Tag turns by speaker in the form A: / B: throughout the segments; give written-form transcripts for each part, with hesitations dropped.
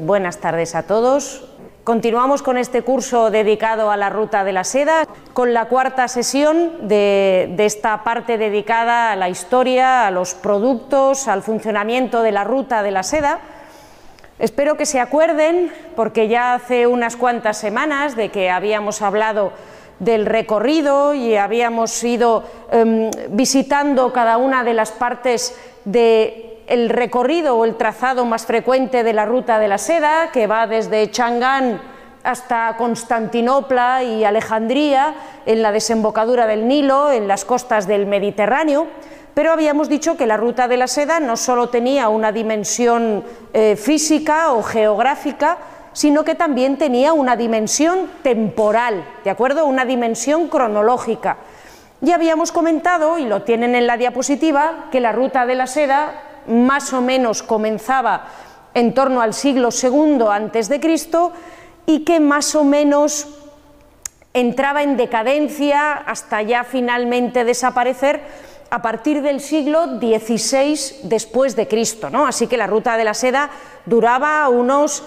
A: buenas tardes a todos. Continuamos con este curso dedicado a la Ruta de la Seda, con la cuarta sesión de esta parte dedicada a la historia, a los productos, al funcionamiento de la Ruta de la Seda. Espero que se acuerden, porque ya hace unas cuantas semanas de que habíamos hablado del recorrido y habíamos ido visitando cada una de las partes del recorrido o el trazado más frecuente de la Ruta de la Seda, que va desde Changán hasta Constantinopla y Alejandría, en la desembocadura del Nilo, en las costas del Mediterráneo. Pero habíamos dicho que la Ruta de la Seda no solo tenía una dimensión física o geográfica, sino que también tenía una dimensión temporal, ¿de acuerdo? Una dimensión cronológica. Ya habíamos comentado, y lo tienen en la diapositiva, que la Ruta de la Seda más o menos comenzaba en torno al siglo II a.C. y que más o menos entraba en decadencia hasta ya finalmente desaparecer a partir del siglo XVI después de Cristo, ¿no? Así que la Ruta de la Seda duraba unos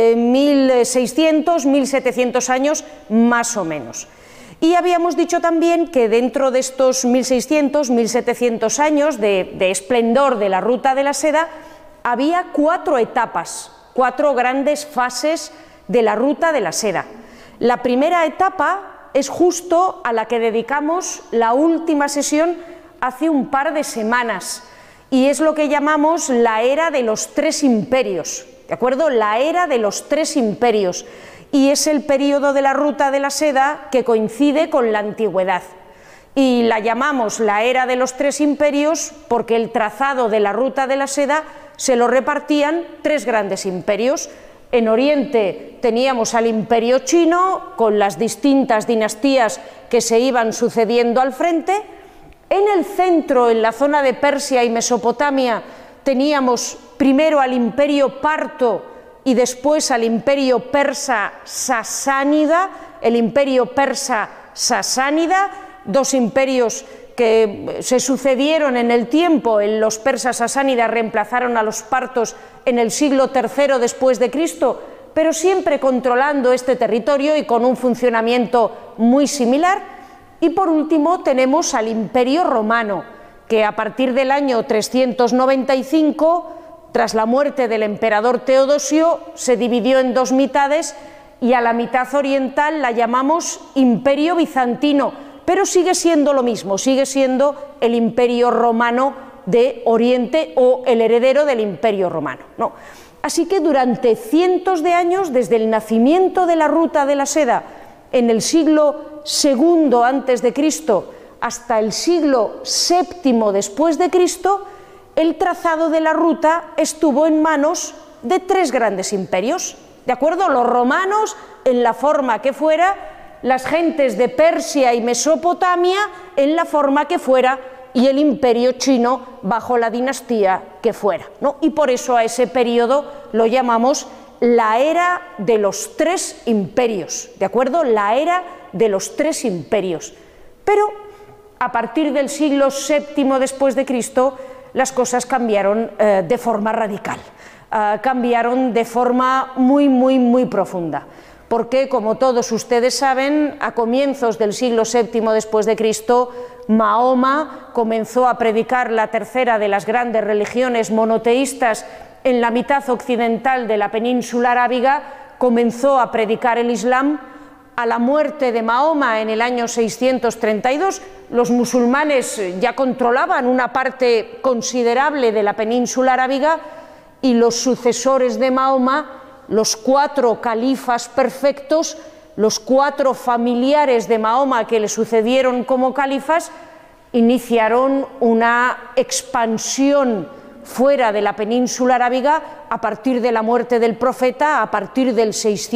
A: 1600, 1700 años más o menos. Y habíamos dicho también que dentro de estos 1600, 1700 años de esplendor de la Ruta de la Seda había cuatro etapas, cuatro grandes fases de la Ruta de la Seda. La primera etapa es justo a la que dedicamos la última sesión hace un par de semanas, y es lo que llamamos la era de los tres imperios, ¿de acuerdo? La era de los tres imperios, y es el periodo de la Ruta de la Seda que coincide con la Antigüedad, y la llamamos la era de los tres imperios porque el trazado de la Ruta de la Seda se lo repartían tres grandes imperios. En Oriente teníamos al Imperio Chino, con las distintas dinastías que se iban sucediendo al frente. En el centro, en la zona de Persia y Mesopotamia, teníamos primero al Imperio Parto y después al Imperio Persa Sasánida, el Imperio Persa Sasánida, dos imperios que se sucedieron en el tiempo. Los persas sasánidas reemplazaron a los partos en el siglo III después de Cristo, pero siempre controlando este territorio y con un funcionamiento muy similar. Y por último tenemos al Imperio Romano, que a partir del año 395, tras la muerte del emperador Teodosio, se dividió en dos mitades y a la mitad oriental la llamamos Imperio Bizantino, pero sigue siendo lo mismo, sigue siendo el Imperio Romano de Oriente o el heredero del Imperio Romano, ¿no? Así que durante cientos de años, desde el nacimiento de la Ruta de la Seda en el siglo II a.C. hasta el siglo VII después de Cristo, el trazado de la ruta estuvo en manos de tres grandes imperios, ¿de acuerdo? Los romanos en la forma que fuera, las gentes de Persia y Mesopotamia en la forma que fuera y el Imperio Chino bajo la dinastía que fuera, ¿no? Y por eso a ese periodo lo llamamos la era de los tres imperios, ¿de acuerdo? La era de los tres imperios. Pero a partir del siglo VII después de Cristo las cosas cambiaron de forma radical, cambiaron de forma muy profunda, porque como todos ustedes saben, a comienzos del siglo VII después de Cristo, Mahoma comenzó a predicar la tercera de las grandes religiones monoteístas en la mitad occidental de la península arábiga, comenzó a predicar el Islam. A la muerte de Mahoma en el año 632, los musulmanes ya controlaban una parte considerable de la península arábiga y los sucesores de Mahoma, los cuatro califas perfectos, los cuatro familiares de Mahoma que le sucedieron como califas, iniciaron una expansión fuera de la península arábiga a partir de la muerte del profeta, a partir del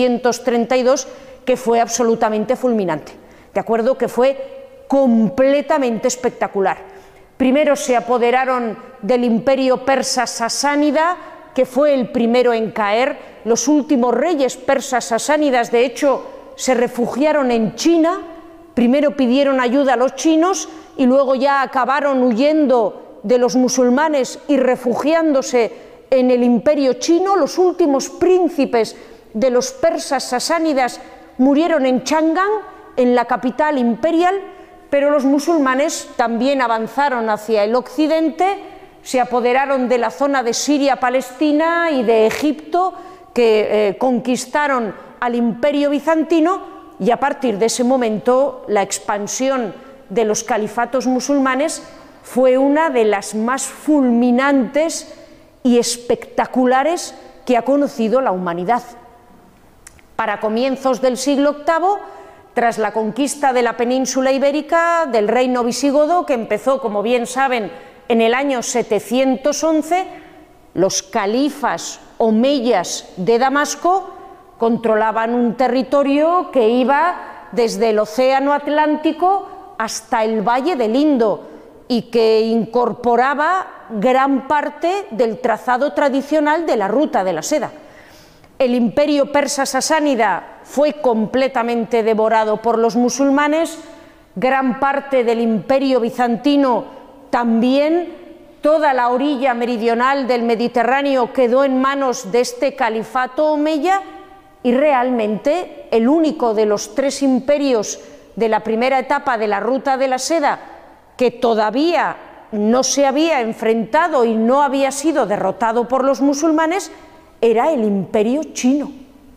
A: 632, que fue absolutamente fulminante, ¿de acuerdo? Que fue completamente espectacular. Primero se apoderaron del Imperio Persa Sasánida, que fue el primero en caer. Los últimos reyes persas sasánidas, de hecho, se refugiaron en China. Primero pidieron ayuda a los chinos y luego ya acabaron huyendo de los musulmanes y refugiándose en el imperio chino. Los últimos príncipes de los persas sasánidas murieron en Chang'an, en la capital imperial, pero los musulmanes también avanzaron hacia el occidente, se apoderaron de la zona de Siria, Palestina y de Egipto, que conquistaron al imperio bizantino, y a partir de ese momento la expansión de los califatos musulmanes fue una de las más fulminantes y espectaculares que ha conocido la humanidad. Para comienzos del siglo VIII, tras la conquista de la península ibérica del reino visigodo, que empezó, como bien saben, en el año 711, los califas omeyas de Damasco controlaban un territorio que iba desde el Océano Atlántico hasta el Valle del Indo y que incorporaba gran parte del trazado tradicional de la Ruta de la Seda. El imperio persa sasánida fue completamente devorado por los musulmanes, gran parte del imperio bizantino también, toda la orilla meridional del Mediterráneo quedó en manos de este califato omeya, y realmente el único de los tres imperios de la primera etapa de la Ruta de la Seda que todavía no se había enfrentado y no había sido derrotado por los musulmanes era el imperio chino.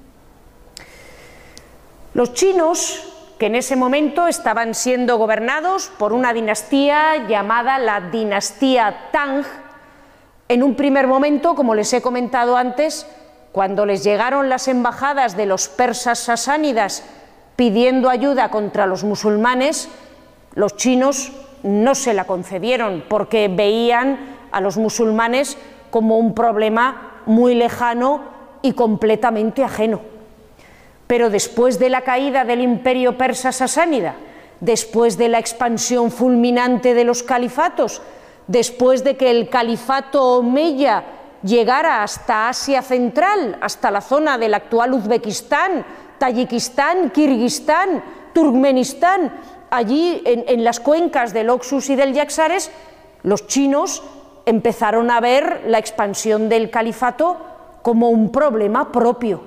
A: Los chinos, que en ese momento estaban siendo gobernados por una dinastía llamada la dinastía Tang, en un primer momento, como les he comentado antes, cuando les llegaron las embajadas de los persas sasánidas pidiendo ayuda contra los musulmanes, los chinos no se la concedieron porque veían a los musulmanes como un problema muy lejano y completamente ajeno. Pero después de la caída del imperio persa sasánida, después de la expansión fulminante de los califatos, después de que el califato omeya llegara hasta Asia Central, hasta la zona del actual Uzbekistán, Tayikistán, Kirguistán, Turkmenistán, allí en las cuencas del Oxus y del Yaxares, los chinos empezaron a ver la expansión del califato como un problema propio.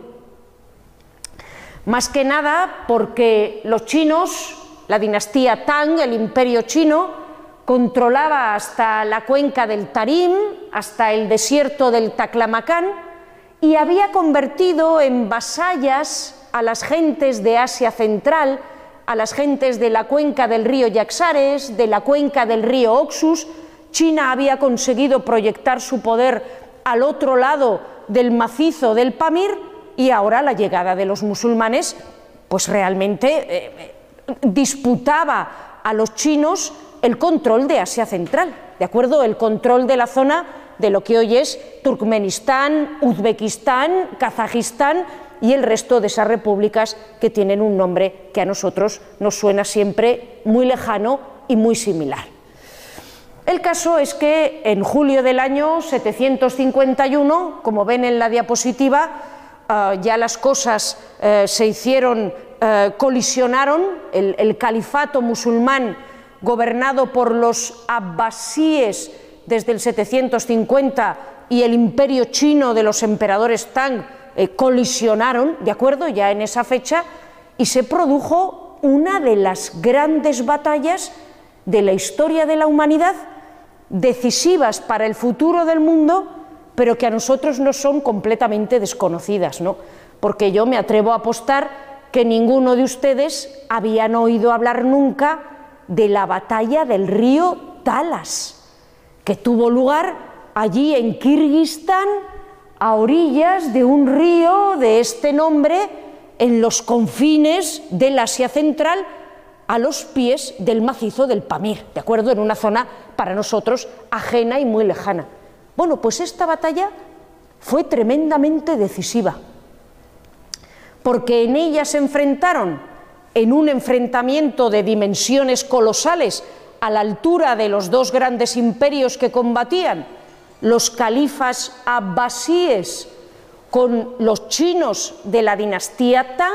A: Más que nada porque los chinos, la dinastía Tang, el imperio chino, controlaba hasta la cuenca del Tarim, hasta el desierto del Taklamakan, y había convertido en vasallas a las gentes de Asia Central, a las gentes de la cuenca del río Yaxares, de la cuenca del río Oxus. China había conseguido proyectar su poder al otro lado del macizo del Pamir, y ahora la llegada de los musulmanes pues realmente disputaba a los chinos el control de Asia Central, ¿de acuerdo? El control de la zona de lo que hoy es Turkmenistán, Uzbekistán, Kazajistán y el resto de esas repúblicas que tienen un nombre que a nosotros nos suena siempre muy lejano y muy similar. El caso es que en julio del año 751, como ven en la diapositiva, ya las cosas se hicieron, colisionaron. El califato musulmán gobernado por los abbasíes desde el 750 y el imperio chino de los emperadores Tang colisionaron, ¿de acuerdo?, ya en esa fecha, y se produjo una de las grandes batallas de la historia de la humanidad, decisivas para el futuro del mundo, pero que a nosotros nos son completamente desconocidas, ¿no? Porque yo me atrevo a apostar que ninguno de ustedes habían oído hablar nunca de la batalla del río Talas, que tuvo lugar allí en Kirguistán, a orillas de un río de este nombre, en los confines del Asia Central, a los pies del macizo del Pamir, ¿de acuerdo?, en una zona para nosotros ajena y muy lejana. Bueno, pues esta batalla fue tremendamente decisiva, porque en ella se enfrentaron, en un enfrentamiento de dimensiones colosales, a la altura de los dos grandes imperios que combatían, los califas abbasíes con los chinos de la dinastía Tang,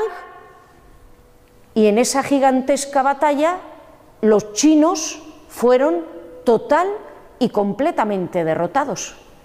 A: y en esa gigantesca batalla los chinos fueron total y completamente derrotados.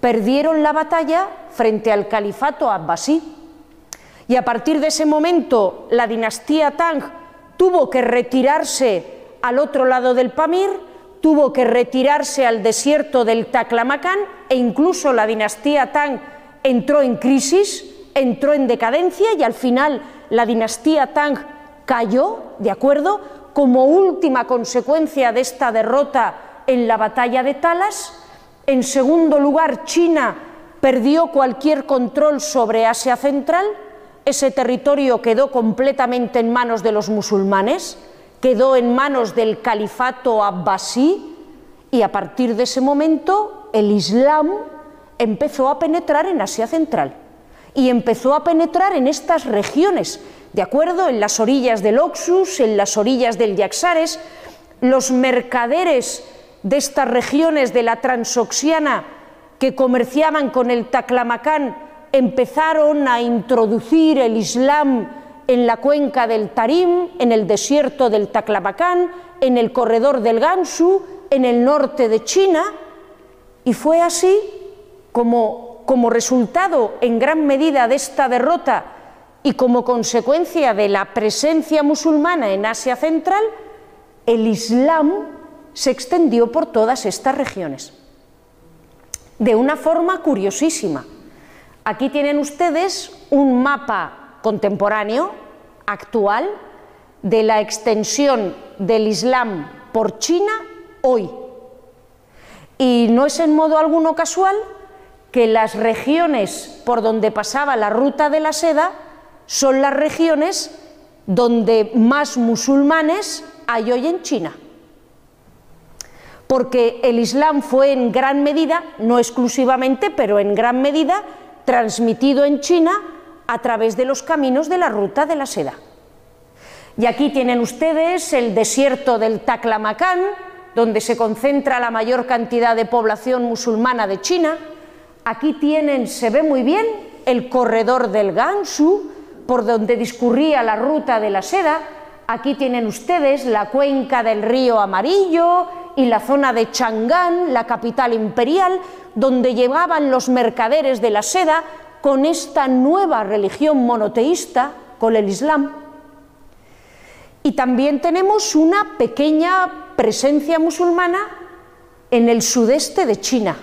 A: perdieron la batalla frente al califato abbasí. Y a partir de ese momento la dinastía Tang tuvo que retirarse al otro lado del Pamir, tuvo que retirarse al desierto del Taklamakan, e incluso la dinastía Tang entró en crisis, entró en decadencia, y al final la dinastía Tang cayó, ¿de acuerdo?, como última consecuencia de esta derrota en la batalla de Talas. En segundo lugar, China perdió cualquier control sobre Asia Central. Ese territorio quedó completamente en manos de los musulmanes, quedó en manos del califato abbasí, y a partir de ese momento el Islam empezó a penetrar en Asia Central y empezó a penetrar en estas regiones, ¿de acuerdo?, en las orillas del Oxus, en las orillas del Yaxares. Los mercaderes de estas regiones de la Transoxiana que comerciaban con el Taklamakan empezaron a introducir el Islam en la cuenca del Tarim, en el desierto del Taklamakan, en el corredor del Gansu, en el norte de China, y fue así como resultado en gran medida de esta derrota y como consecuencia de la presencia musulmana en Asia Central, el Islam se extendió por todas estas regiones de una forma curiosísima. Aquí tienen ustedes un mapa contemporáneo, actual, de la extensión del Islam por China hoy. Y no es en modo alguno casual que las regiones por donde pasaba la ruta de la seda son las regiones donde más musulmanes hay hoy en China. Porque el Islam fue en gran medida, no exclusivamente, pero en gran medida, transmitido en China a través de los caminos de la ruta de la seda. Y aquí tienen ustedes el desierto del Taklamakan, donde se concentra la mayor cantidad de población musulmana de China. Aquí tienen, se ve muy bien, el corredor del Gansu, por donde discurría la ruta de la seda. Aquí tienen ustedes la cuenca del río Amarillo y la zona de Chang'an, la capital imperial, donde llegaban los mercaderes de la seda con esta nueva religión monoteísta, con el Islam. Y también tenemos una pequeña presencia musulmana en el sudeste de China,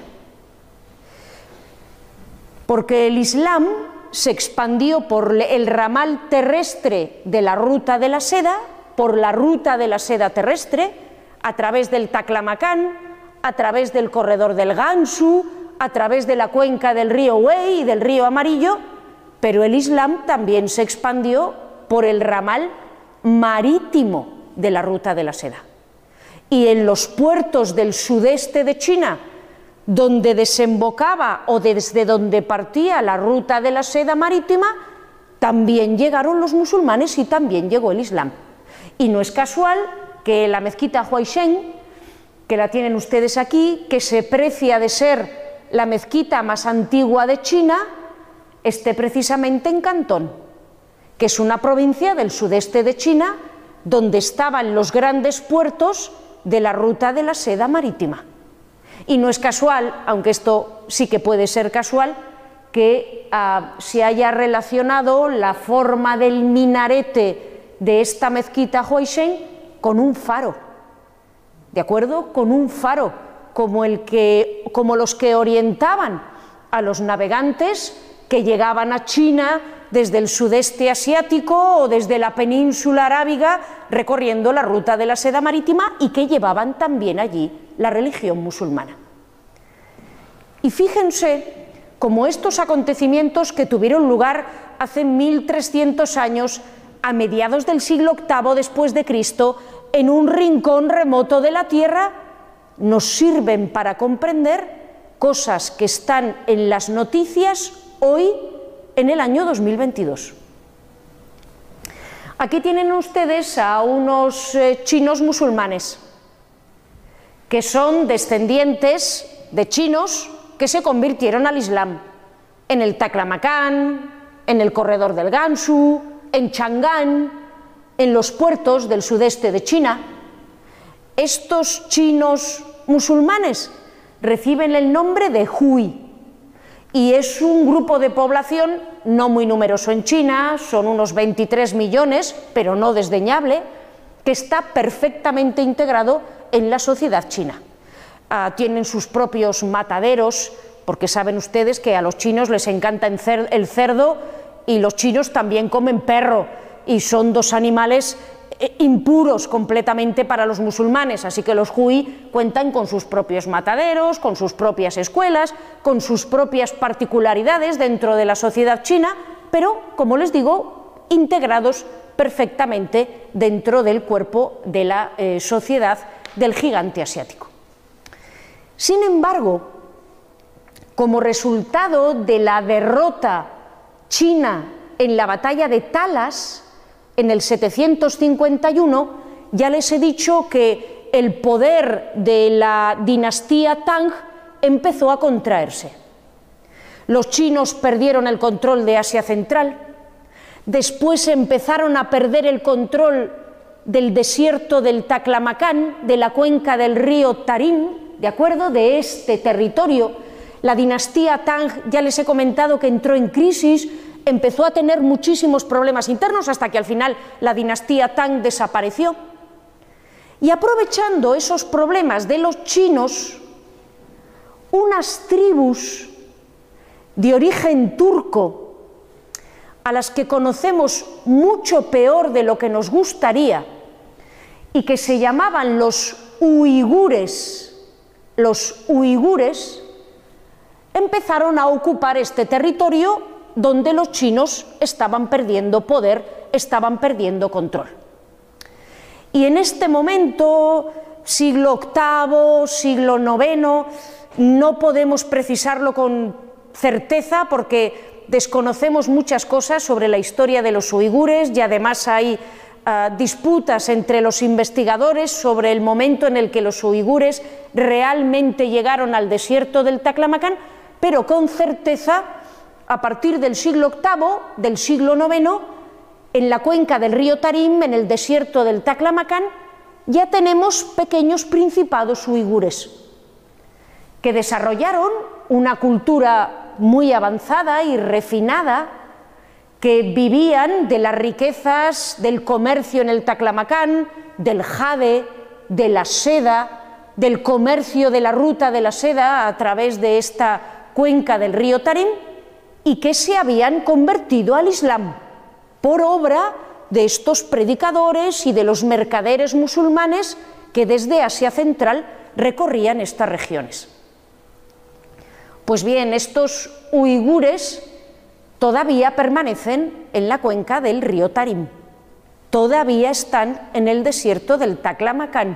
A: porque el Islam se expandió por el ramal terrestre de la ruta de la seda, por la ruta de la seda terrestre, a través del Taklamakan, a través del corredor del Gansu, a través de la cuenca del río Wei y del río Amarillo, pero el Islam también se expandió por el ramal marítimo de la ruta de la seda. Y en los puertos del sudeste de China, donde desembocaba o desde donde partía la ruta de la seda marítima, también llegaron los musulmanes y también llegó el Islam. Y no es casual que la mezquita Huaisheng, que la tienen ustedes aquí, que se precia de ser la mezquita más antigua de China, esté precisamente en Cantón, que es una provincia del sudeste de China donde estaban los grandes puertos de la ruta de la seda marítima. Y no es casual, aunque esto sí que puede ser casual, que se haya relacionado la forma del minarete de esta mezquita Huaisheng con un faro, ¿de acuerdo? Con un faro, como los que orientaban a los navegantes que llegaban a China desde el sudeste asiático o desde la península arábiga recorriendo la ruta de la seda marítima y que llevaban también allí la religión musulmana. Y fíjense cómo estos acontecimientos que tuvieron lugar hace 1300 años, a mediados del siglo VIII después de Cristo, en un rincón remoto de la tierra, nos sirven para comprender cosas que están en las noticias hoy en el año 2022. Aquí tienen ustedes a unos chinos musulmanes que son descendientes de chinos que se convirtieron al Islam en el Taklamakan, en el corredor del Gansu, en Chang'an, en los puertos del sudeste de China. Estos chinos musulmanes reciben el nombre de Hui, y es un grupo de población no muy numeroso en China, son unos 23 millones, pero no desdeñable, que está perfectamente integrado en la sociedad china. Tienen sus propios mataderos, porque saben ustedes que a los chinos les encanta el cerdo y los chinos también comen perro, y son dos animales impuros completamente para los musulmanes, así que los hui cuentan con sus propios mataderos, con sus propias escuelas, con sus propias particularidades dentro de la sociedad china, pero, como les digo, integrados perfectamente dentro del cuerpo de la sociedad del gigante asiático. Sin embargo, como resultado de la derrota china en la batalla de Talas, en el 751, ya les he dicho que el poder de la dinastía Tang empezó a contraerse. Los chinos perdieron el control de Asia Central, después empezaron a perder el control del desierto del Taklamakan, de la cuenca del río Tarim, ¿de acuerdo?, de este territorio. La dinastía Tang, ya les he comentado que entró en crisis, empezó a tener muchísimos problemas internos hasta que al final la dinastía Tang desapareció. Y aprovechando esos problemas de los chinos, unas tribus de origen turco, a las que conocemos mucho peor de lo que nos gustaría, y que se llamaban los uigures, empezaron a ocupar este territorio donde los chinos estaban perdiendo poder, estaban perdiendo control. Y en este momento, siglo VIII, siglo IX, no podemos precisarlo con certeza porque desconocemos muchas cosas sobre la historia de los uigures y además hay disputas entre los investigadores sobre el momento en el que los uigures realmente llegaron al desierto del Taklamakan, pero con certeza, a partir del siglo VIII, del siglo IX, en la cuenca del río Tarim, en el desierto del Taklamakan, ya tenemos pequeños principados uigures que desarrollaron una cultura muy avanzada y refinada, que vivían de las riquezas del comercio en el Taklamakan, del jade, de la seda, del comercio de la ruta de la seda a través de esta cuenca del río Tarim, y que se habían convertido al Islam por obra de estos predicadores y de los mercaderes musulmanes que desde Asia Central recorrían estas regiones. Pues bien, estos uigures todavía permanecen en la cuenca del río Tarim, todavía están en el desierto del Taklamakan.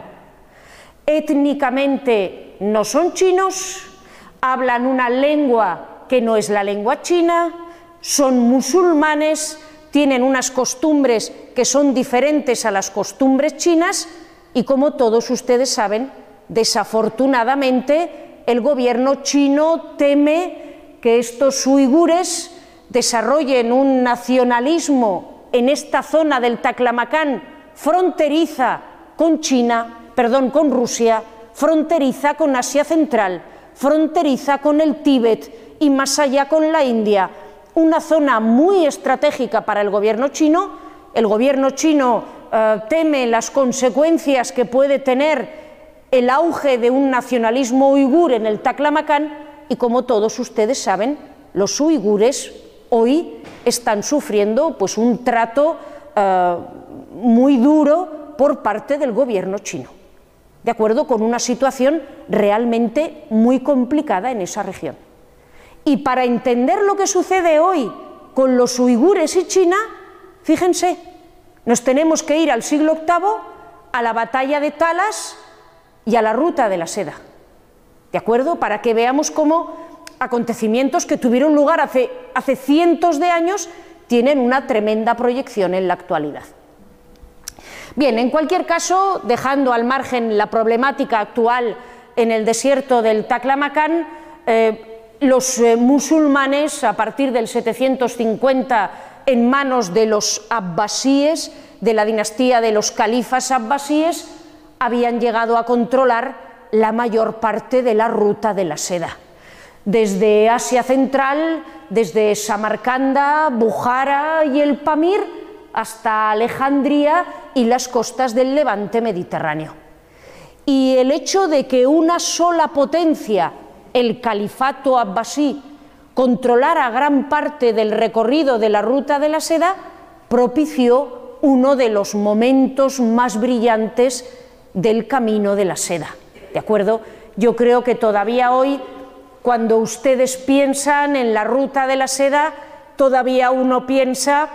A: Étnicamente no son chinos, hablan una lengua que no es la lengua china, son musulmanes, tienen unas costumbres que son diferentes a las costumbres chinas y, como todos ustedes saben, desafortunadamente el gobierno chino teme que estos uigures desarrollen un nacionalismo en esta zona del Taklamakan fronteriza con con Rusia, fronteriza con Asia Central, fronteriza con el Tíbet y más allá con la India, una zona muy estratégica para el gobierno chino. El gobierno chino teme las consecuencias que puede tener el auge de un nacionalismo uigur en el Taklamakan y, como todos ustedes saben, los uigures hoy están sufriendo pues un trato muy duro por parte del gobierno chino, de acuerdo, con una situación realmente muy complicada en esa región. Y para entender lo que sucede hoy con los uigures y China, fíjense, nos tenemos que ir al siglo VIII, a la batalla de Talas y a la ruta de la seda, ¿de acuerdo? Para que veamos cómo acontecimientos que tuvieron lugar hace cientos de años tienen una tremenda proyección en la actualidad. Bien, en cualquier caso, dejando al margen la problemática actual en el desierto del Taklamakan, los musulmanes, a partir del 750, en manos de los abbasíes, de la dinastía de los califas abbasíes, habían llegado a controlar la mayor parte de la ruta de la seda. desde Asia Central, desde Samarcanda, Bujara y el Pamir, hasta Alejandría y las costas del Levante mediterráneo. Y el hecho de que una sola potencia, el califato abbasí, controlara gran parte del recorrido de la ruta de la seda, propició uno de los momentos más brillantes del camino de la seda. ¿De acuerdo? Yo creo que todavía hoy, cuando ustedes piensan en la ruta de la seda, todavía uno piensa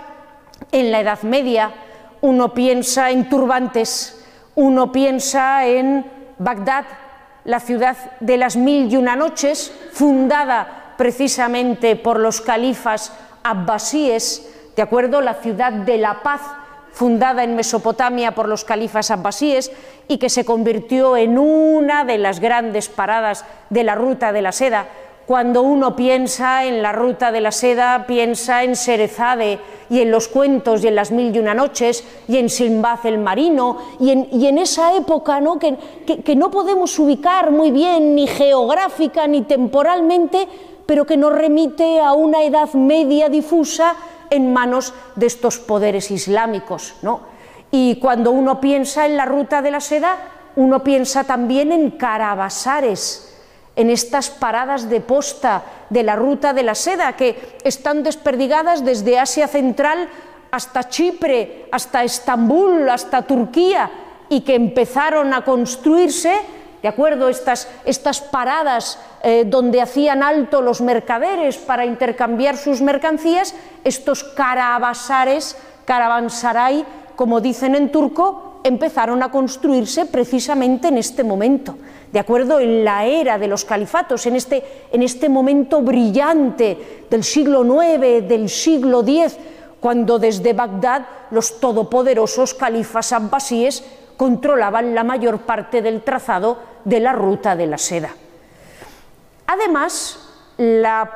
A: en la Edad Media, uno piensa en turbantes, uno piensa en Bagdad, la ciudad de las 1001 noches, fundada precisamente por los califas abbasíes, ¿de acuerdo? La ciudad de la paz, fundada en Mesopotamia por los califas abbasíes y que se convirtió en una de las grandes paradas de la ruta de la seda. Cuando uno piensa en la ruta de la seda, piensa en Sherezade y en los cuentos y en las 1001 noches y en Sinbad el marino y en esa época, ¿no? que no podemos ubicar muy bien ni geográfica ni temporalmente, pero que nos remite a una Edad Media difusa en manos de estos poderes islámicos, ¿no? Y cuando uno piensa en la ruta de la seda, uno piensa también en caravasares, en estas paradas de posta de la ruta de la seda que están desperdigadas desde Asia Central hasta Chipre, hasta Estambul, hasta Turquía, y que empezaron a construirse, ¿de acuerdo? Estas paradas donde hacían alto los mercaderes para intercambiar sus mercancías, estos caravasares, caravansaray, como dicen en turco, empezaron a construirse precisamente en este momento, ¿de acuerdo? En la era de los califatos, en este momento brillante del siglo IX, del siglo X, cuando desde Bagdad los todopoderosos califas abbasíes controlaban la mayor parte del trazado de la ruta de la seda. Además, las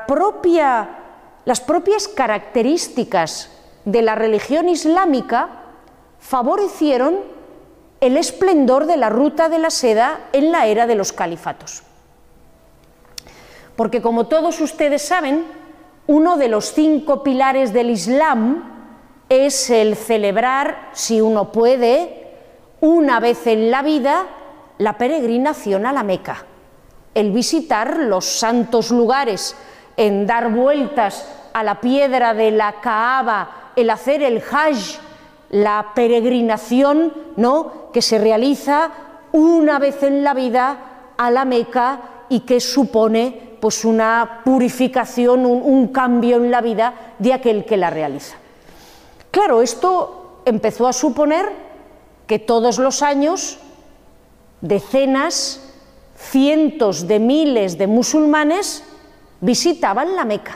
A: propias características de la religión islámica favorecieron el esplendor de la ruta de la seda en la era de los califatos. Porque, como todos ustedes saben, uno de los 5 pilares del Islam es el celebrar, si uno puede, una vez en la vida, la peregrinación a la Meca, el visitar los santos lugares, en dar vueltas a la piedra de la Kaaba, el hacer el Hajj, la peregrinación, ¿no?, que se realiza una vez en la vida a la Meca y que supone pues una purificación, un cambio en la vida de aquel que la realiza. Claro, esto empezó a suponer que todos los años decenas, cientos de miles de musulmanes visitaban la Meca.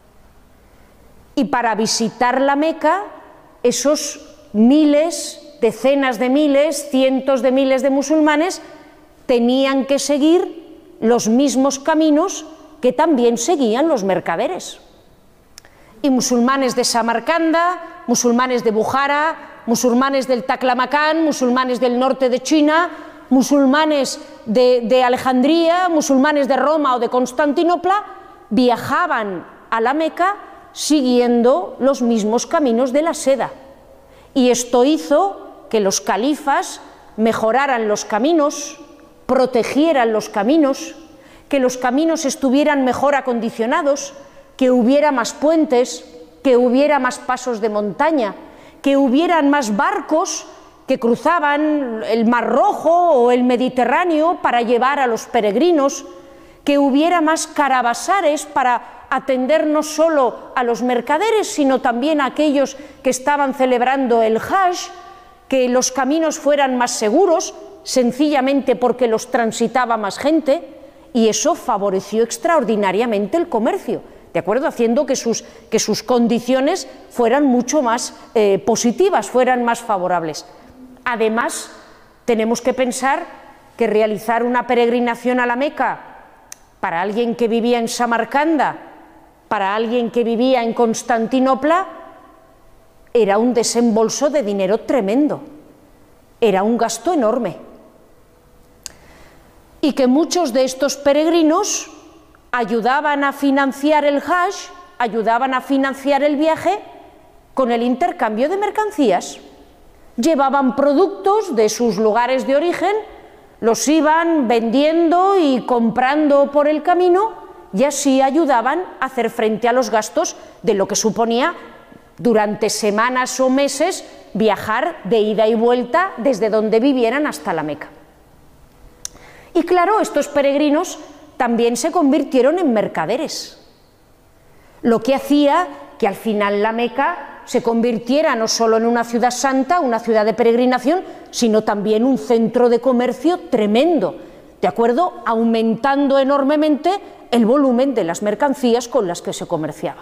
A: Y para visitar la Meca, esos miles, decenas de miles, cientos de miles de musulmanes tenían que seguir los mismos caminos que también seguían los mercaderes. Y musulmanes de Samarcanda, musulmanes de Bujara, musulmanes del Taklamakan, musulmanes del norte de China, musulmanes de Alejandría, musulmanes de Roma o de Constantinopla, viajaban a la Meca siguiendo los mismos caminos de la seda. Y esto hizo que los califas mejoraran los caminos, protegieran los caminos, que los caminos estuvieran mejor acondicionados, que hubiera más puentes, que hubiera más pasos de montaña, que hubieran más barcos que cruzaban el Mar Rojo o el Mediterráneo para llevar a los peregrinos, que hubiera más caravasares para atender no solo a los mercaderes, sino también a aquellos que estaban celebrando el Hajj, que los caminos fueran más seguros, sencillamente porque los transitaba más gente, y eso favoreció extraordinariamente el comercio, ¿de acuerdo? Haciendo que sus condiciones fueran mucho más positivas, fueran más favorables. Además, tenemos que pensar que realizar una peregrinación a la Meca para alguien que vivía en Samarcanda, para alguien que vivía en Constantinopla, era un desembolso de dinero tremendo, era un gasto enorme. Y que muchos de estos peregrinos ayudaban a financiar el Hajj, ayudaban a financiar el viaje con el intercambio de mercancías. Llevaban productos de sus lugares de origen, los iban vendiendo y comprando por el camino y así ayudaban a hacer frente a los gastos de lo que suponía durante semanas o meses viajar de ida y vuelta desde donde vivieran hasta la Meca. Y claro, estos peregrinos también se convirtieron en mercaderes, lo que hacía que al final la Meca se convirtiera no solo en una ciudad santa, una ciudad de peregrinación, sino también un centro de comercio tremendo, ¿de acuerdo? Aumentando enormemente el volumen de las mercancías con las que se comerciaba.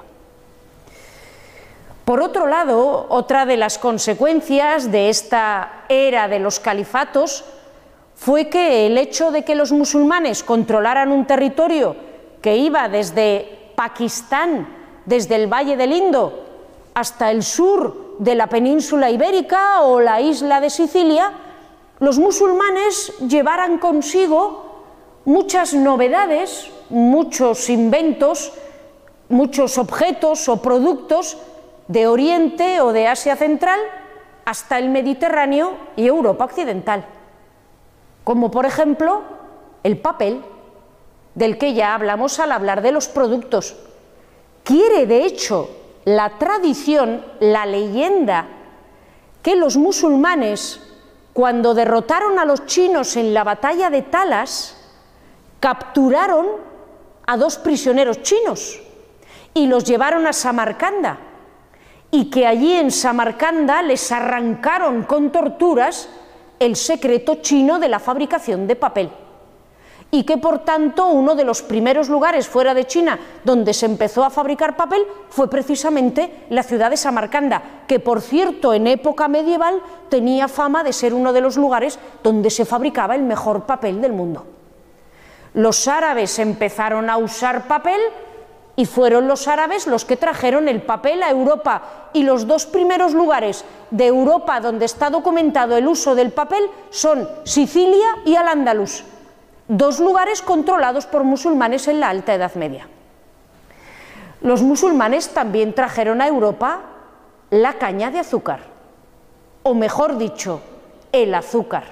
A: Por otro lado, otra de las consecuencias de esta era de los califatos fue que el hecho de que los musulmanes controlaran un territorio que iba desde Pakistán, desde el Valle del Indo, hasta el sur de la península ibérica o la isla de Sicilia, los musulmanes llevaran consigo muchas novedades, muchos inventos, muchos objetos o productos de Oriente o de Asia Central hasta el Mediterráneo y Europa Occidental, como por ejemplo el papel, del que ya hablamos al hablar de los productos. Quiere, de hecho, la tradición, la leyenda, que los musulmanes, cuando derrotaron a los chinos en la batalla de Talas, capturaron a 2 prisioneros chinos y los llevaron a Samarcanda, y que allí en Samarcanda les arrancaron con torturas el secreto chino de la fabricación de papel, y que por tanto uno de los primeros lugares fuera de China donde se empezó a fabricar papel fue precisamente la ciudad de Samarcanda, que por cierto en época medieval tenía fama de ser uno de los lugares donde se fabricaba el mejor papel del mundo. Los árabes empezaron a usar papel y fueron los árabes los que trajeron el papel a Europa, y los 2 primeros lugares de Europa donde está documentado el uso del papel son Sicilia y Al-Ándalus, 2 lugares controlados por musulmanes en la Alta Edad Media. Los musulmanes también trajeron a Europa la caña de azúcar, o mejor dicho, el azúcar.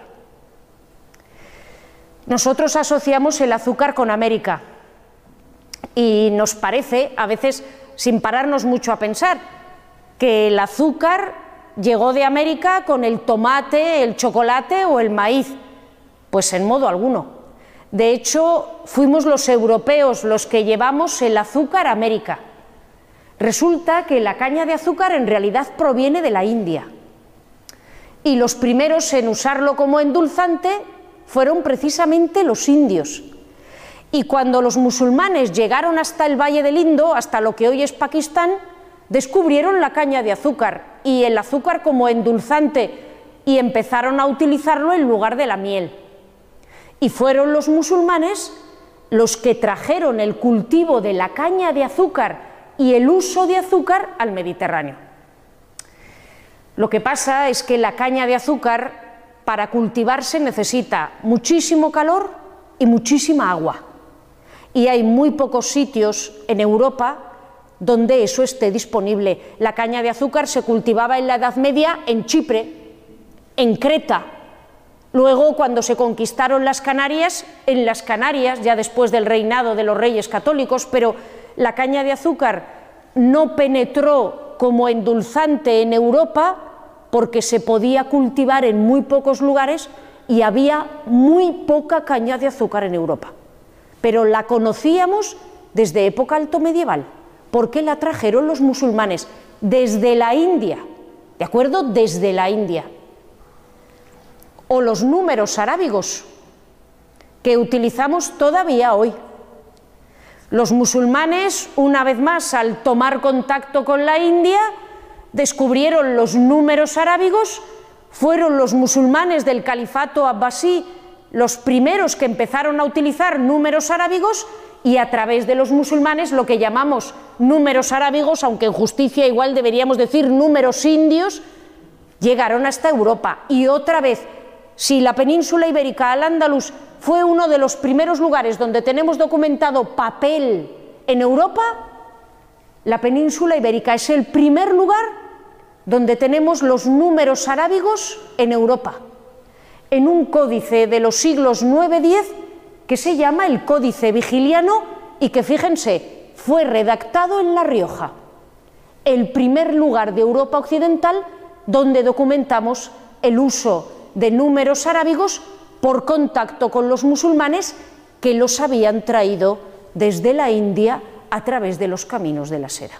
A: Nosotros asociamos el azúcar con América y nos parece, a veces sin pararnos mucho a pensar, que el azúcar llegó de América con el tomate, el chocolate o el maíz. Pues en modo alguno. De hecho, fuimos los europeos los que llevamos el azúcar a América. Resulta que la caña de azúcar en realidad proviene de la India. Y los primeros en usarlo como endulzante fueron precisamente los indios. Y cuando los musulmanes llegaron hasta el Valle del Indo, hasta lo que hoy es Pakistán, descubrieron la caña de azúcar y el azúcar como endulzante y empezaron a utilizarlo en lugar de la miel. Y fueron los musulmanes los que trajeron el cultivo de la caña de azúcar y el uso de azúcar al Mediterráneo. Lo que pasa es que la caña de azúcar, para cultivarse, necesita muchísimo calor y muchísima agua. Y hay muy pocos sitios en Europa donde eso esté disponible. La caña de azúcar se cultivaba en la Edad Media en Chipre, en Creta. Luego, cuando se conquistaron las Canarias, en las Canarias, ya después del reinado de los reyes católicos, pero la caña de azúcar no penetró como endulzante en Europa porque se podía cultivar en muy pocos lugares y había muy poca caña de azúcar en Europa. Pero la conocíamos desde época alto medieval, porque la trajeron los musulmanes desde la India, ¿de acuerdo? Desde la India. O los números arábigos, que utilizamos todavía hoy. Los musulmanes, una vez más, al tomar contacto con la India, descubrieron los números arábigos, fueron los musulmanes del califato abbasí los primeros que empezaron a utilizar números arábigos, y a través de los musulmanes lo que llamamos números arábigos, aunque en justicia igual deberíamos decir números indios, llegaron hasta Europa. Y otra vez, si la península ibérica, Al-Ándalus, fue uno de los primeros lugares donde tenemos documentado papel en Europa. La península ibérica es el primer lugar donde tenemos los números arábigos en Europa, en un códice de los siglos IX-X que se llama el Códice Vigiliano y que, fíjense, fue redactado en La Rioja, el primer lugar de Europa occidental donde documentamos el uso de números arábigos por contacto con los musulmanes que los habían traído desde la India a través de los caminos de la seda.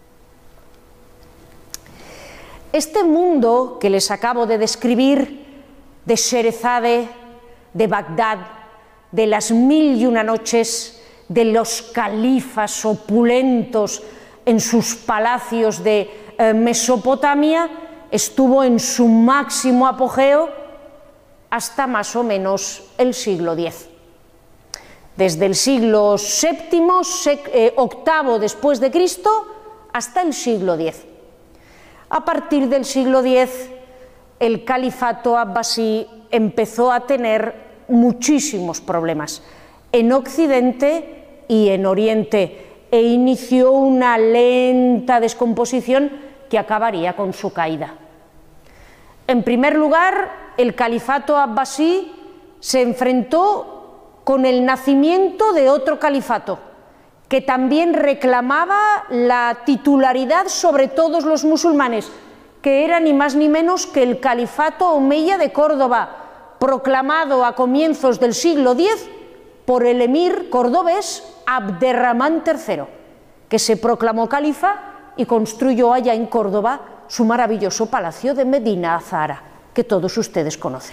A: Este mundo que les acabo de describir, de Sherezade, de Bagdad, de las 1001 noches, de los califas opulentos en sus palacios de Mesopotamia, estuvo en su máximo apogeo hasta más o menos el siglo X. Desde el siglo VIII, octavo después de Cristo, hasta el siglo X. A partir del siglo X, el califato abbasí empezó a tener muchísimos problemas en Occidente y en Oriente e inició una lenta descomposición que acabaría con su caída. En primer lugar, el califato abbasí se enfrentó con el nacimiento de otro califato, que también reclamaba la titularidad sobre todos los musulmanes, que era ni más ni menos que el califato omeya de Córdoba, proclamado a comienzos del siglo X por el emir cordobés Abderramán III, que se proclamó califa y construyó allá en Córdoba su maravilloso palacio de Medina Azahara, que todos ustedes conocen.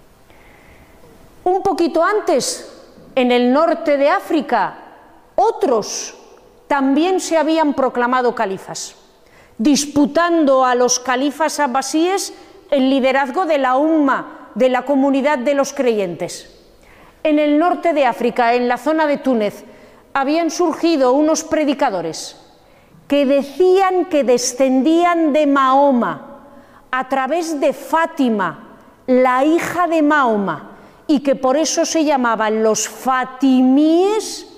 A: Un poquito antes, en el norte de África, otros también se habían proclamado califas, disputando a los califas abbasíes el liderazgo de la umma, de la comunidad de los creyentes. En el norte de África, en la zona de Túnez, habían surgido unos predicadores que decían que descendían de Mahoma a través de Fátima, la hija de Mahoma, y que por eso se llamaban los fatimíes,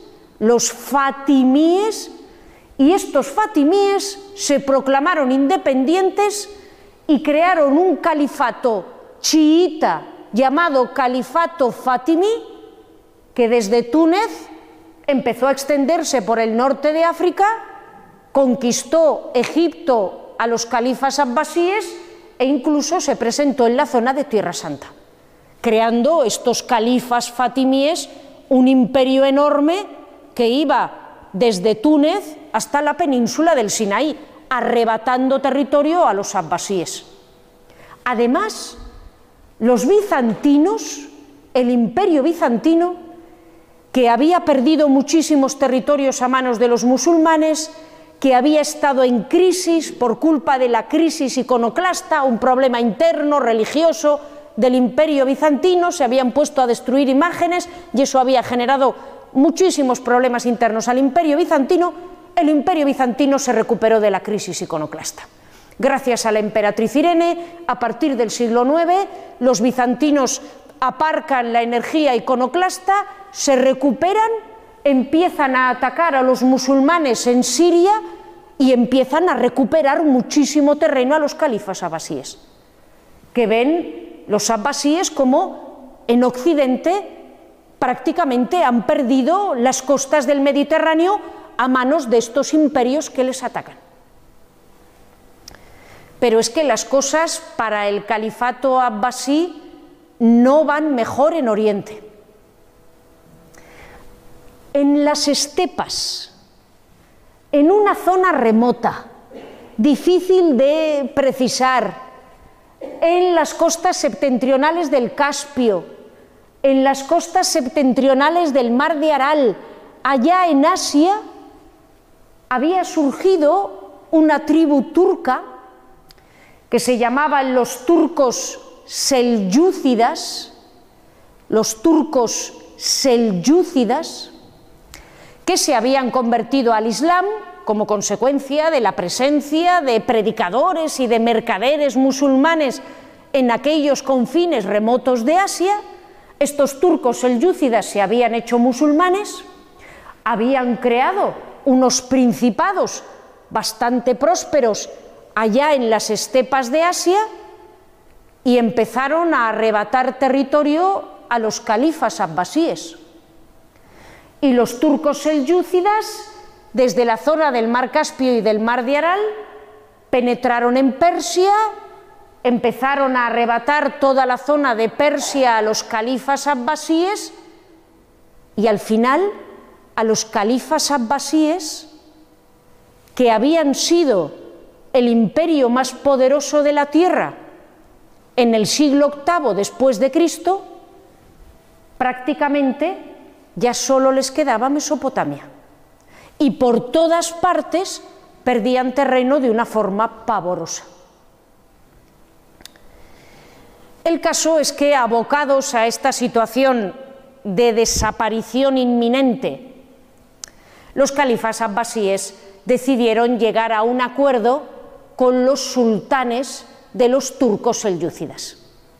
A: y estos fatimíes se proclamaron independientes y crearon un califato chiita llamado Califato Fatimí, que desde Túnez empezó a extenderse por el norte de África, conquistó Egipto a los califas abbasíes e incluso se presentó en la zona de Tierra Santa, creando estos califas fatimíes un imperio enorme que iba desde Túnez hasta la península del Sinaí, arrebatando territorio a los abbasíes. Además, los bizantinos, el imperio bizantino, que había perdido muchísimos territorios a manos de los musulmanes, que había estado en crisis por culpa de la crisis iconoclasta, un problema interno, religioso del imperio bizantino, se habían puesto a destruir imágenes y eso había generado muchísimos problemas internos al imperio bizantino. El imperio bizantino se recuperó de la crisis iconoclasta. Gracias a la emperatriz Irene, a partir del siglo IX, los bizantinos aparcan la energía iconoclasta, se recuperan, empiezan a atacar a los musulmanes en Siria y empiezan a recuperar muchísimo terreno a los califas abbasíes, que ven los abbasíes como en Occidente prácticamente han perdido las costas del Mediterráneo a manos de estos imperios que les atacan. Pero es que las cosas para el califato abbasí no van mejor en Oriente. En las estepas, en una zona remota, difícil de precisar, en las costas septentrionales del Caspio, en las costas septentrionales del Mar de Aral, allá en Asia, había surgido una tribu turca que se llamaban los turcos selyúcidas, que se habían convertido al Islam como consecuencia de la presencia de predicadores y de mercaderes musulmanes en aquellos confines remotos de Asia, Estos turcos selyúcidas se habían hecho musulmanes, habían creado unos principados bastante prósperos allá en las estepas de Asia y empezaron a arrebatar territorio a los califas abbasíes. Y los turcos selyúcidas, desde la zona del mar Caspio y del mar de Aral, penetraron en Persia, empezaron a arrebatar toda la zona de Persia a los califas abbasíes y al final a los califas abbasíes, que habían sido el imperio más poderoso de la tierra en el siglo VIII después de Cristo, prácticamente ya solo les quedaba Mesopotamia. Y por todas partes perdían terreno de una forma pavorosa. El caso es que, abocados a esta situación de desaparición inminente, los califas abbasíes decidieron llegar a un acuerdo con los sultanes de los turcos selyúcidas.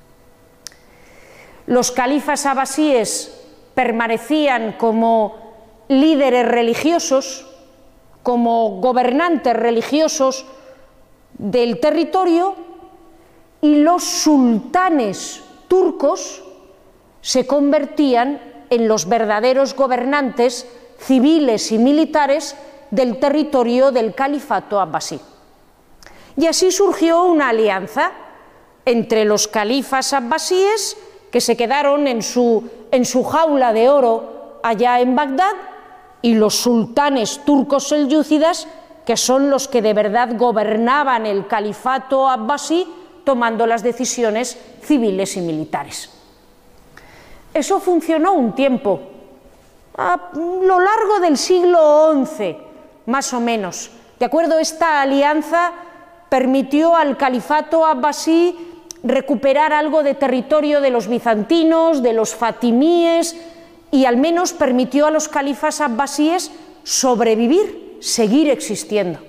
A: Los califas abbasíes permanecían como líderes religiosos, como gobernantes religiosos del territorio, y los sultanes turcos se convertían en los verdaderos gobernantes civiles y militares del territorio del califato abbasí. Y así surgió una alianza entre los califas abbasíes, que se quedaron en su jaula de oro allá en Bagdad, y los sultanes turcos selyúcidas, que son los que de verdad gobernaban el califato abbasí, tomando las decisiones civiles y militares. Eso funcionó un tiempo, a lo largo del siglo XI, más o menos. ¿De acuerdo? Esta alianza permitió al califato abbasí recuperar algo de territorio de los bizantinos, de los fatimíes, y al menos permitió a los califas abbasíes sobrevivir, seguir existiendo.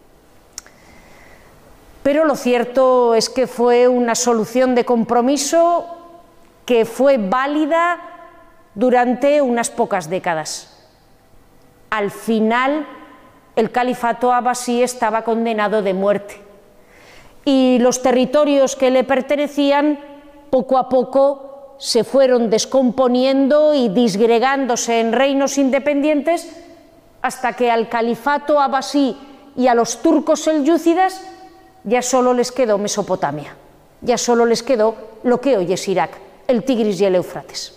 A: Pero lo cierto es que fue una solución de compromiso que fue válida durante unas pocas décadas. Al final, el califato abbasí estaba condenado de muerte y los territorios que le pertenecían poco a poco se fueron descomponiendo y disgregándose en reinos independientes, hasta que al califato abbasí y a los turcos selyúcidas ya solo les quedó Mesopotamia, ya solo les quedó lo que hoy es Irak, el Tigris y el Éufrates.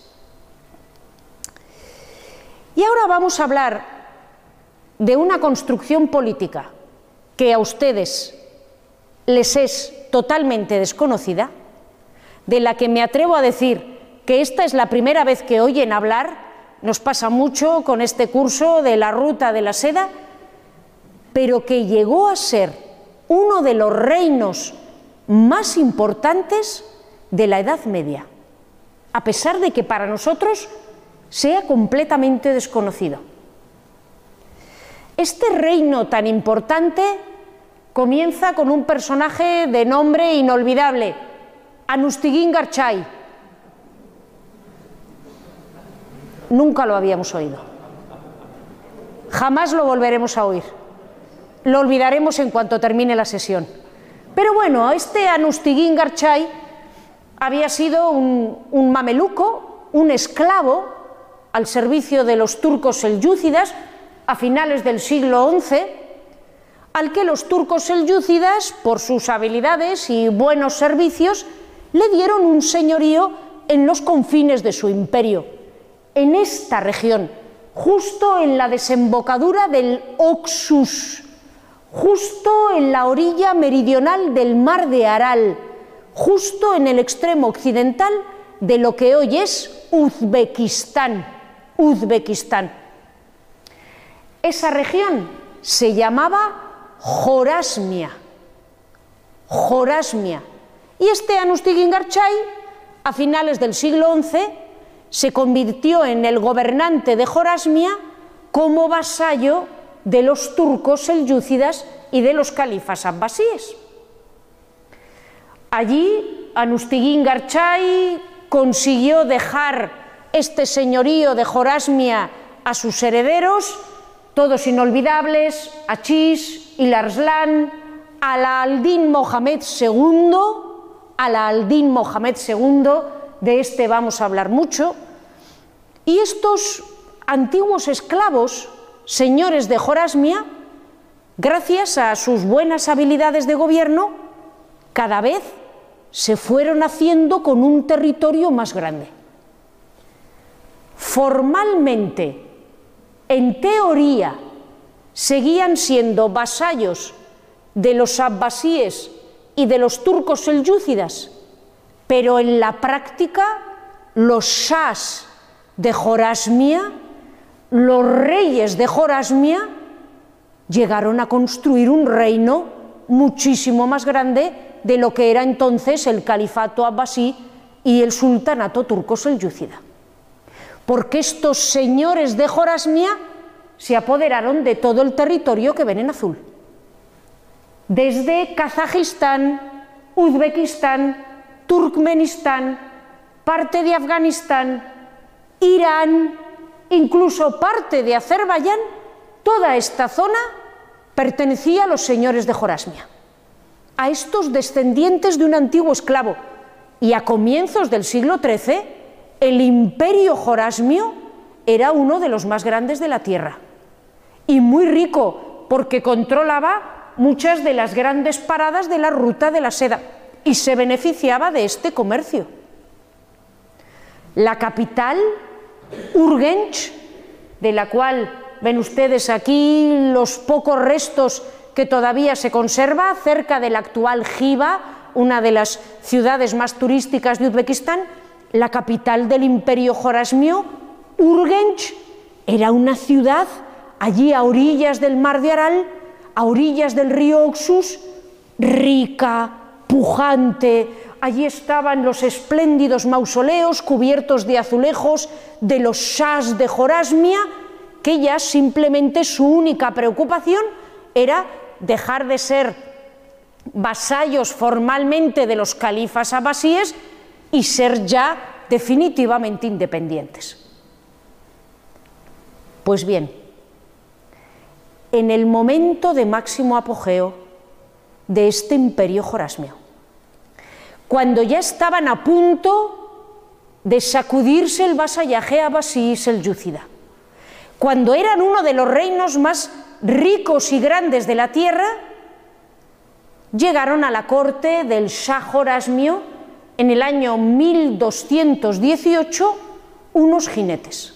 A: Y ahora vamos a hablar de una construcción política que a ustedes les es totalmente desconocida, de la que me atrevo a decir que esta es la primera vez que oyen hablar. Nos pasa mucho con este curso de la Ruta de la Seda, pero que llegó a ser uno de los reinos más importantes de la Edad Media, a pesar de que para nosotros sea completamente desconocido. Este reino tan importante comienza con un personaje de nombre inolvidable, Anustigin Garchay. Nunca lo habíamos oído. Jamás lo volveremos a oír. Lo olvidaremos en cuanto termine la sesión. Pero bueno, este Anustigin Garchay había sido un mameluco, un esclavo al servicio de los turcos selyúcidas a finales del siglo XI, al que los turcos selyúcidas, por sus habilidades y buenos servicios, le dieron un señorío en los confines de su imperio, en esta región, justo en la desembocadura del Oxus, justo en la orilla meridional del mar de Aral, justo en el extremo occidental de lo que hoy es Uzbekistán. Esa región se llamaba Jorasmia. Y este Anustigin Garchay, a finales del siglo XI, se convirtió en el gobernante de Jorasmia como vasallo de los turcos selyúcidas y de los califas abbasíes. Allí Anustigin Garchay consiguió dejar este señorío de Jorasmia a sus herederos, todos inolvidables: Achís, Hil Arslan, Ala-al-Din Mohamed II, Ala-al-Din Mohamed II, de este vamos a hablar mucho. Y estos antiguos esclavos, señores de Jorasmia, gracias a sus buenas habilidades de gobierno, cada vez se fueron haciendo con un territorio más grande. Formalmente, en teoría, seguían siendo vasallos de los abbasíes y de los turcos selyúcidas, pero en la práctica los shahs de Jorasmia, los reyes de Jorasmia, llegaron a construir un reino muchísimo más grande de lo que era entonces el califato abbasí y el sultanato turco selyúcida. Porque estos señores de Jorasmia se apoderaron de todo el territorio que ven en azul. Desde Kazajistán, Uzbekistán, Turkmenistán, parte de Afganistán, Irán, incluso parte de Azerbaiyán, toda esta zona pertenecía a los señores de Jorasmia, a estos descendientes de un antiguo esclavo. Y a comienzos del siglo XIII, el imperio jorasmio era uno de los más grandes de la tierra y muy rico, porque controlaba muchas de las grandes paradas de la ruta de la seda y se beneficiaba de este comercio. La capital, Urgench, de la cual ven ustedes aquí los pocos restos que todavía se conserva, cerca de la actual Jiva, una de las ciudades más turísticas de Uzbekistán, la capital del imperio jorasmio, Urgench, era una ciudad allí a orillas del mar de Aral, a orillas del río Oxus, rica, pujante. Allí estaban los espléndidos mausoleos cubiertos de azulejos de los shahs de Jorasmia, que ya simplemente su única preocupación era dejar de ser vasallos formalmente de los califas abbasíes y ser ya definitivamente independientes. Pues bien, en el momento de máximo apogeo de este imperio jorasmio, cuando ya estaban a punto de sacudirse el vasallaje abbasí y selyúcida, cuando eran uno de los reinos más ricos y grandes de la tierra, llegaron a la corte del Shah Jorasmio en el año 1218 unos jinetes.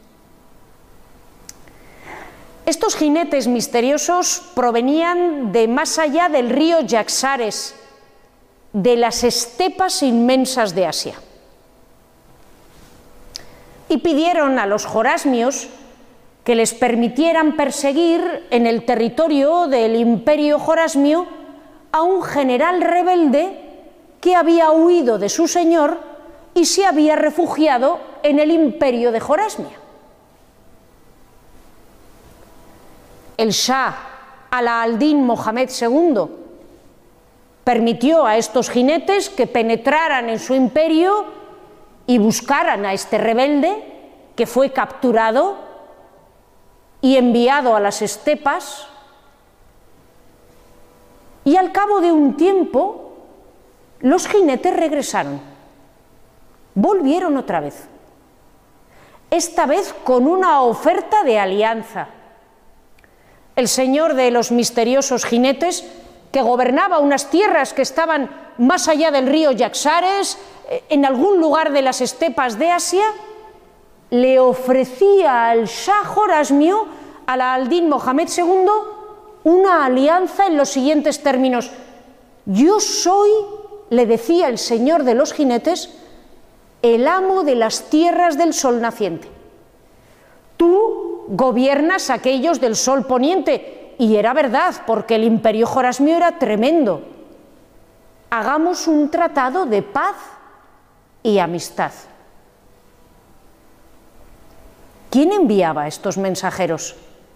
A: Estos jinetes misteriosos provenían de más allá del río Yaxares, de las estepas inmensas de Asia, y pidieron a los jorasmios que les permitieran perseguir en el territorio del imperio jorasmio a un general rebelde que había huido de su señor y se había refugiado en el imperio de Jorasmia. El Shah Ala-al-Din Mohamed II permitió a estos jinetes que penetraran en su imperio y buscaran a este rebelde, que fue capturado y enviado a las estepas, y al cabo de un tiempo los jinetes regresaron, volvieron otra vez, esta vez con una oferta de alianza. El señor de los misteriosos jinetes, que gobernaba unas tierras que estaban más allá del río Yaxares, en algún lugar de las estepas de Asia, le ofrecía al Shah Jorasmio, Ala-al-Din Mohamed II, una alianza en los siguientes términos: yo soy, le decía el señor de los jinetes, el amo de las tierras del sol naciente. Tú gobiernas aquellos del sol poniente. Y era verdad, porque el imperio jorasmio era tremendo. Hagamos un tratado de paz y amistad. ¿Quién enviaba estos mensajeros?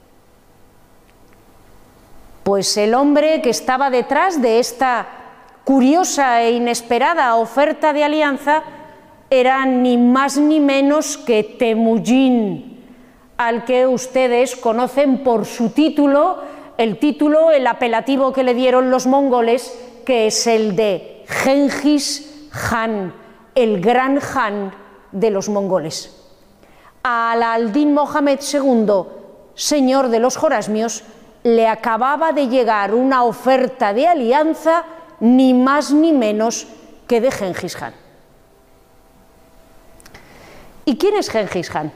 A: Pues el hombre que estaba detrás de esta curiosa e inesperada oferta de alianza era ni más ni menos que Temujin, al que ustedes conocen por su título, el apelativo que le dieron los mongoles, que es el de Genghis Khan, el gran Han de los mongoles. A Alá-al-Din Mohamed II, señor de los Jorasmios, le acababa de llegar una oferta de alianza ni más ni menos que de Genghis Khan. ¿Y quién es Genghis Khan?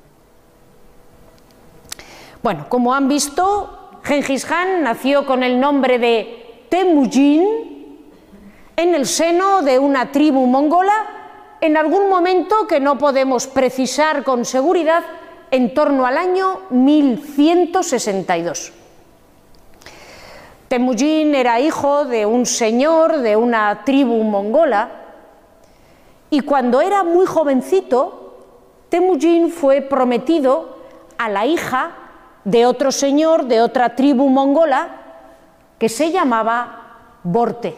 A: Bueno, como han visto, Genghis Khan nació con el nombre de Temujin en el seno de una tribu mongola en algún momento que no podemos precisar con seguridad, en torno al año 1162. Temujin era hijo de un señor de una tribu mongola y cuando era muy jovencito, Temujin fue prometido a la hija de otro señor de otra tribu mongola que se llamaba Borte.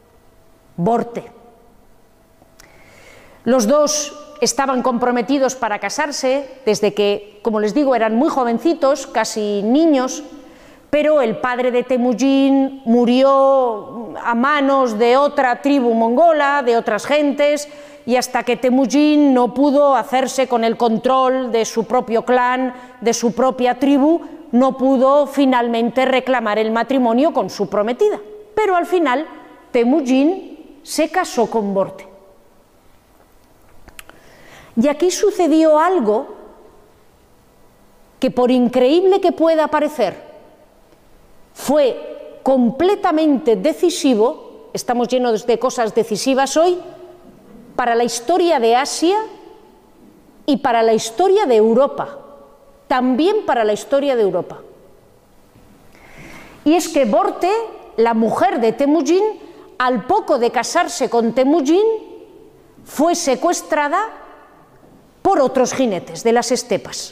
A: Los dos estaban comprometidos para casarse desde que, como les digo, eran muy jovencitos, casi niños, pero el padre de Temujin murió a manos de otra tribu mongola, de otras gentes, y hasta que Temujin no pudo hacerse con el control de su propio clan, de su propia tribu, no pudo finalmente reclamar el matrimonio con su prometida. Pero al final Temujin se casó con Borte. Y aquí sucedió algo que, por increíble que pueda parecer, fue completamente decisivo, estamos llenos de cosas decisivas hoy, para la historia de Asia y para la historia de Europa, también para la historia de Europa. Y es que Borte, la mujer de Temujin, al poco de casarse con Temujin, fue secuestrada por otros jinetes de las estepas.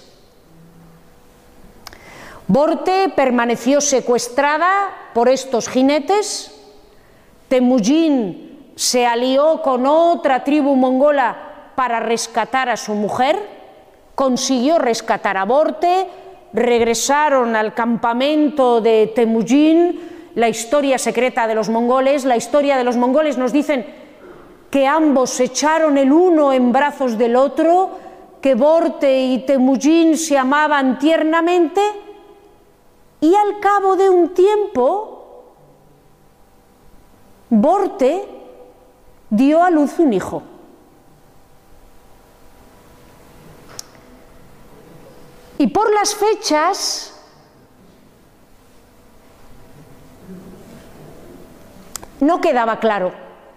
A: Borte permaneció secuestrada por estos jinetes, Temujin se alió con otra tribu mongola para rescatar a su mujer, consiguió rescatar a Borte, regresaron al campamento de Temujin. La historia secreta de los mongoles, nos dicen que ambos se echaron el uno en brazos del otro, que Borte y Temujin se amaban tiernamente, y al cabo de un tiempo Borte dio a luz un hijo. Y por las fechas no quedaba claro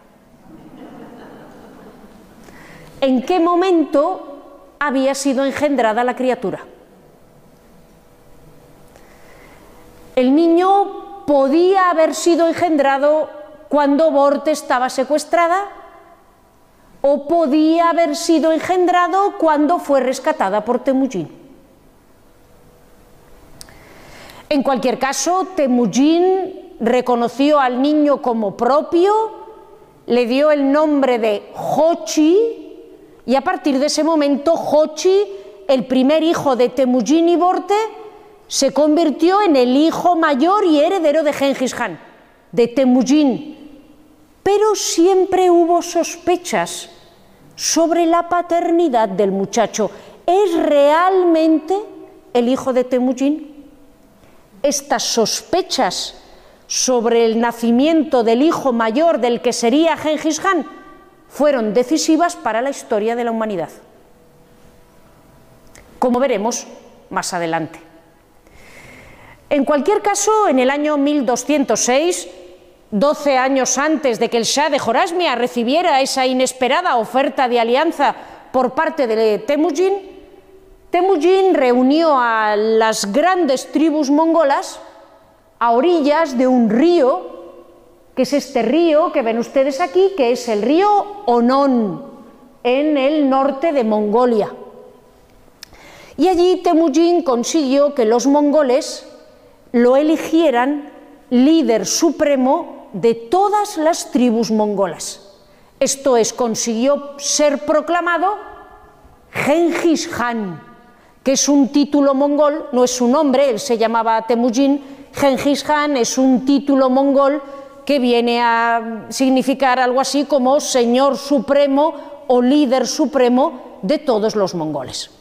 A: en qué momento había sido engendrada la criatura. El niño podía haber sido engendrado cuando Borte estaba secuestrada o podía haber sido engendrado cuando fue rescatada por Temujin. En cualquier caso, Temujin reconoció al niño como propio, le dio el nombre de Jochi, y a partir de ese momento Jochi, el primer hijo de Temujin y Borte, se convirtió en el hijo mayor y heredero de Genghis Khan, de Temujin. Pero siempre hubo sospechas sobre la paternidad del muchacho. ¿Es realmente el hijo de Temujin? Estas sospechas sobre el nacimiento del hijo mayor del que sería Genghis Khan fueron decisivas para la historia de la humanidad, como veremos más adelante. En cualquier caso, en el año 1206, 12 años antes de que el Shah de Jorasmia recibiera esa inesperada oferta de alianza por parte de Temujin, Temujin reunió a las grandes tribus mongolas a orillas de un río, que es este río que ven ustedes aquí, que es el río Onon, en el norte de Mongolia. Y allí Temujin consiguió que los mongoles lo eligieran líder supremo de todas las tribus mongolas. Esto es, consiguió ser proclamado Genghis Khan, que es un título mongol, no es su nombre, él se llamaba Temujin. Genghis Khan es un título mongol que viene a significar algo así como señor supremo o líder supremo de todos los mongoles.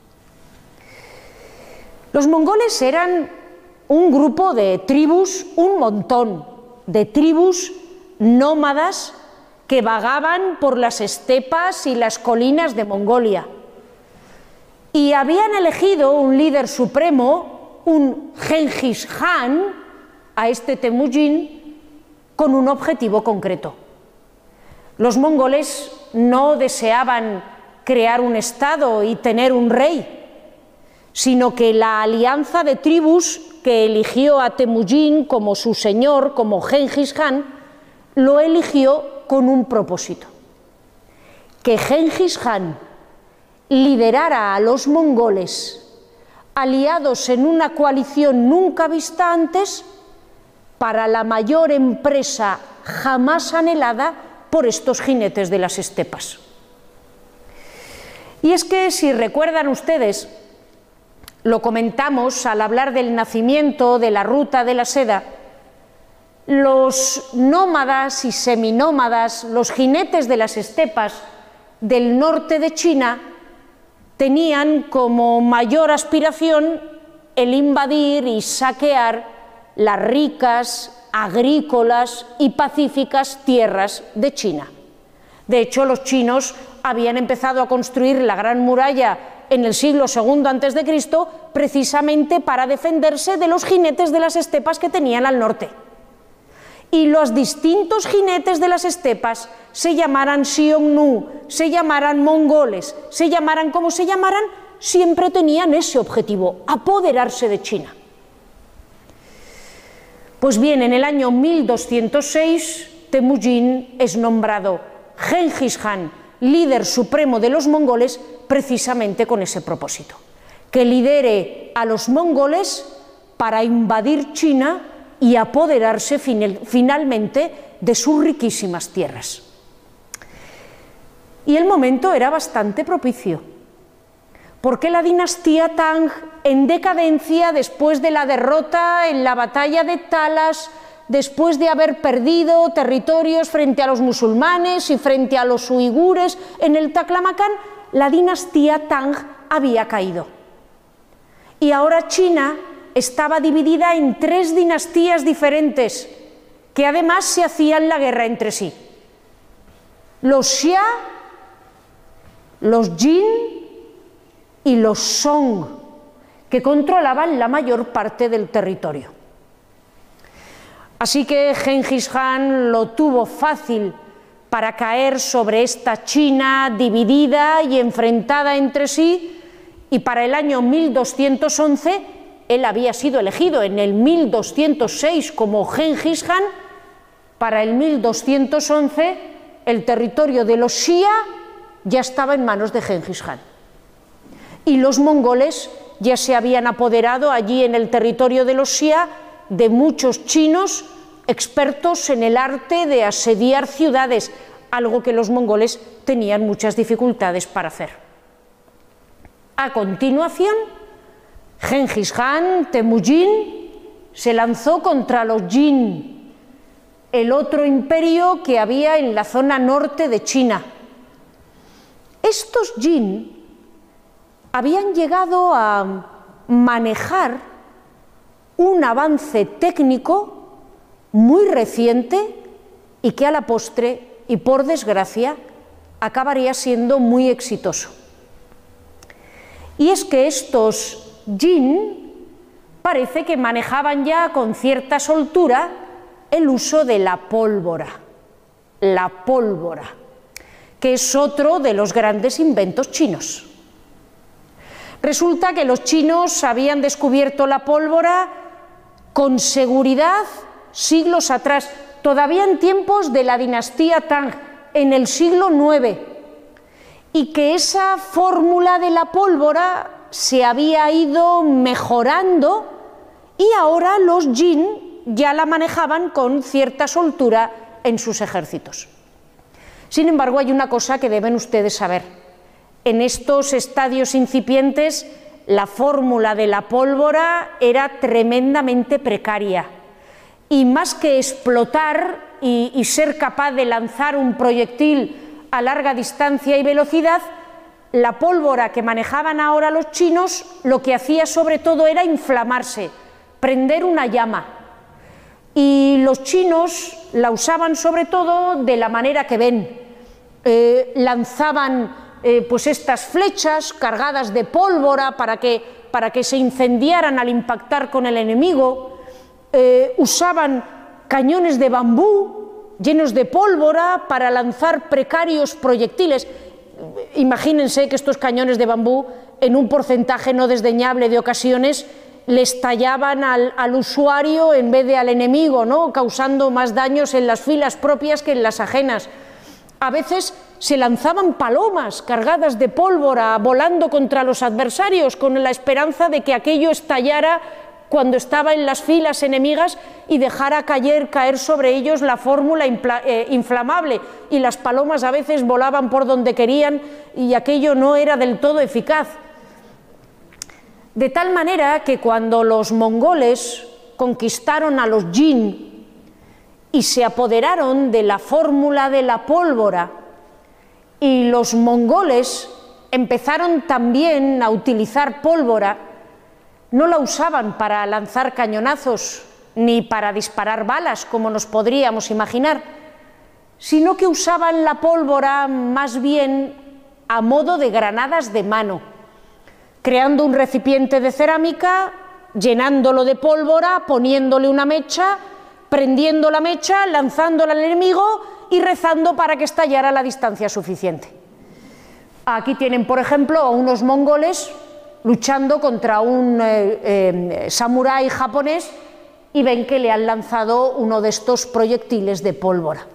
A: Los mongoles eran un grupo de tribus, un montón de tribus nómadas que vagaban por las estepas y las colinas de Mongolia. Y habían elegido un líder supremo, un Genghis Khan, a este Temujin, con un objetivo concreto. Los mongoles no deseaban crear un estado y tener un rey, sino que la alianza de tribus que eligió a Temujin como su señor, como Genghis Khan, lo eligió con un propósito: que Genghis Khan liderara a los mongoles aliados en una coalición nunca vista antes para la mayor empresa jamás anhelada por estos jinetes de las estepas. Y es que, si recuerdan ustedes, lo comentamos al hablar del nacimiento de la ruta de la seda, los nómadas y seminómadas, los jinetes de las estepas del norte de China, tenían como mayor aspiración el invadir y saquear las ricas, agrícolas y pacíficas tierras de China. De hecho, los chinos habían empezado a construir la Gran Muralla en el siglo II a.C. precisamente para defenderse de los jinetes de las estepas que tenían al norte. Y los distintos jinetes de las estepas, se llamaran Xiongnu, se llamaran mongoles, se llamaran como se llamaran, siempre tenían ese objetivo: apoderarse de China. Pues bien, en el año 1206, Temujin es nombrado Genghis Khan, líder supremo de los mongoles, precisamente con ese propósito: que lidere a los mongoles para invadir China y apoderarse finalmente de sus riquísimas tierras. Y el momento era bastante propicio, porque la dinastía Tang, en decadencia después de la derrota en la batalla de Talas, después de haber perdido territorios frente a los musulmanes y frente a los uigures en el Taklamakan, la dinastía Tang había caído. Y ahora China estaba dividida en 3 dinastías diferentes, que además se hacían la guerra entre sí: los Xia, los Jin y los Song, que controlaban la mayor parte del territorio. Así que Genghis Khan lo tuvo fácil para caer sobre esta China dividida y enfrentada entre sí, y para el año 1211 él había sido elegido en el 1206 como Genghis Khan. Para el 1211 el territorio de los Xia ya estaba en manos de Genghis Khan, y los mongoles ya se habían apoderado allí en el territorio de los Xia de muchos chinos expertos en el arte de asediar ciudades, algo que los mongoles tenían muchas dificultades para hacer. A continuación, Genghis Khan, Temujin, se lanzó contra los Jin, el otro imperio que había en la zona norte de China. Estos Jin habían llegado a manejar un avance técnico muy reciente y que a la postre, y por desgracia, acabaría siendo muy exitoso. Y es que estos Jin parece que manejaban ya con cierta soltura el uso de la pólvora, que es otro de los grandes inventos chinos. Resulta que los chinos habían descubierto la pólvora con seguridad siglos atrás, todavía en tiempos de la dinastía Tang, en el siglo IX, y que esa fórmula de la pólvora se había ido mejorando y ahora los Jin ya la manejaban con cierta soltura en sus ejércitos. Sin embargo, hay una cosa que deben ustedes saber. En estos estadios incipientes, la fórmula de la pólvora era tremendamente precaria. Y más que explotar y ser capaz de lanzar un proyectil a larga distancia y velocidad, la pólvora que manejaban ahora los chinos lo que hacía sobre todo era inflamarse, prender una llama. Y los chinos la usaban sobre todo de la manera que ven. Lanzaban pues estas flechas cargadas de pólvora para que se incendiaran al impactar con el enemigo. Usaban cañones de bambú llenos de pólvora para lanzar precarios proyectiles. Imagínense que estos cañones de bambú, en un porcentaje no desdeñable de ocasiones, le estallaban al usuario en vez de al enemigo, ¿no?, causando más daños en las filas propias que en las ajenas. A veces se lanzaban palomas cargadas de pólvora volando contra los adversarios con la esperanza de que aquello estallara cuando estaba en las filas enemigas y dejara caer sobre ellos la fórmula inflamable, y las palomas a veces volaban por donde querían y aquello no era del todo eficaz. De tal manera que cuando los mongoles conquistaron a los jin y se apoderaron de la fórmula de la pólvora, y los mongoles empezaron también a utilizar pólvora, no la usaban para lanzar cañonazos ni para disparar balas, como nos podríamos imaginar, sino que usaban la pólvora más bien a modo de granadas de mano, creando un recipiente de cerámica, llenándolo de pólvora, poniéndole una mecha, prendiendo la mecha, lanzándola al enemigo y rezando para que estallara a la distancia suficiente. Aquí tienen, por ejemplo, a unos mongoles luchando contra un samurái japonés, y ven que le han lanzado uno de estos proyectiles de pólvora.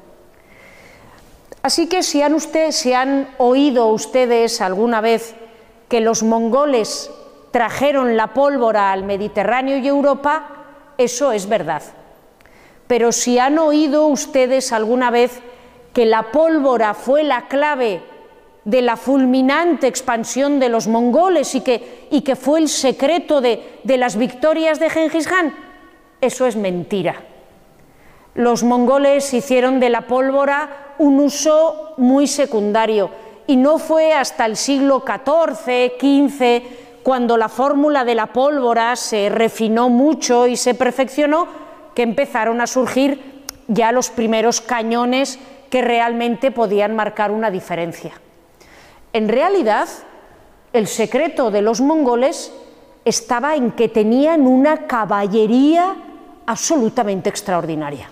A: Así que si han oído ustedes alguna vez que los mongoles trajeron la pólvora al Mediterráneo y Europa, eso es verdad. Pero si han oído ustedes alguna vez que la pólvora fue la clave de la fulminante expansión de los mongoles y que fue el secreto de las victorias de Gengis Khan, eso es mentira. Los mongoles hicieron de la pólvora un uso muy secundario, y no fue hasta el siglo XIV, XV, cuando la fórmula de la pólvora se refinó mucho y se perfeccionó, que empezaron a surgir ya los primeros cañones que realmente podían marcar una diferencia. En realidad, el secreto de los mongoles estaba en que tenían una caballería absolutamente extraordinaria.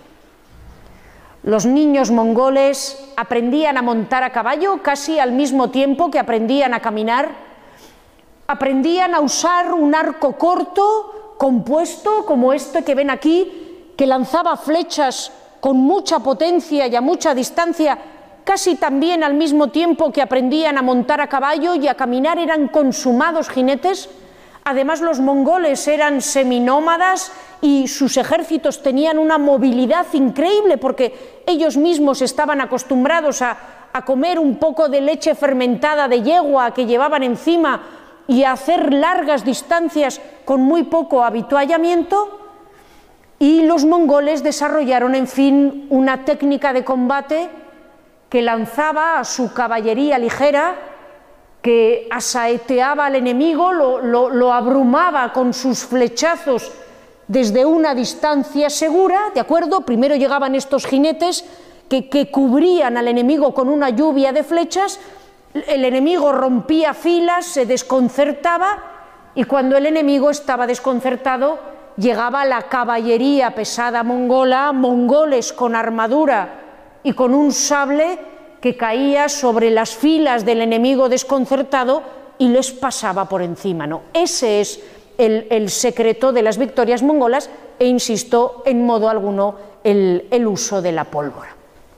A: Los niños mongoles aprendían a montar a caballo casi al mismo tiempo que aprendían a caminar, aprendían a usar un arco corto, compuesto, como este que ven aquí, que lanzaba flechas con mucha potencia y a mucha distancia, casi también al mismo tiempo que aprendían a montar a caballo y a caminar. Eran consumados jinetes. Además, los mongoles eran seminómadas y sus ejércitos tenían una movilidad increíble, porque ellos mismos estaban acostumbrados a comer un poco de leche fermentada de yegua que llevaban encima y a hacer largas distancias con muy poco avituallamiento. Y los mongoles desarrollaron, en fin, una técnica de combate que lanzaba a su caballería ligera, que asaeteaba al enemigo, lo abrumaba con sus flechazos desde una distancia segura, ¿de acuerdo? Primero llegaban estos jinetes que cubrían al enemigo con una lluvia de flechas, el enemigo rompía filas, se desconcertaba, y cuando el enemigo estaba desconcertado, llegaba la caballería pesada mongola, mongoles con armadura y con un sable que caía sobre las filas del enemigo desconcertado y les pasaba por encima, ¿no? Ese es el secreto de las victorias mongolas, e insisto, en modo alguno el uso de la pólvora.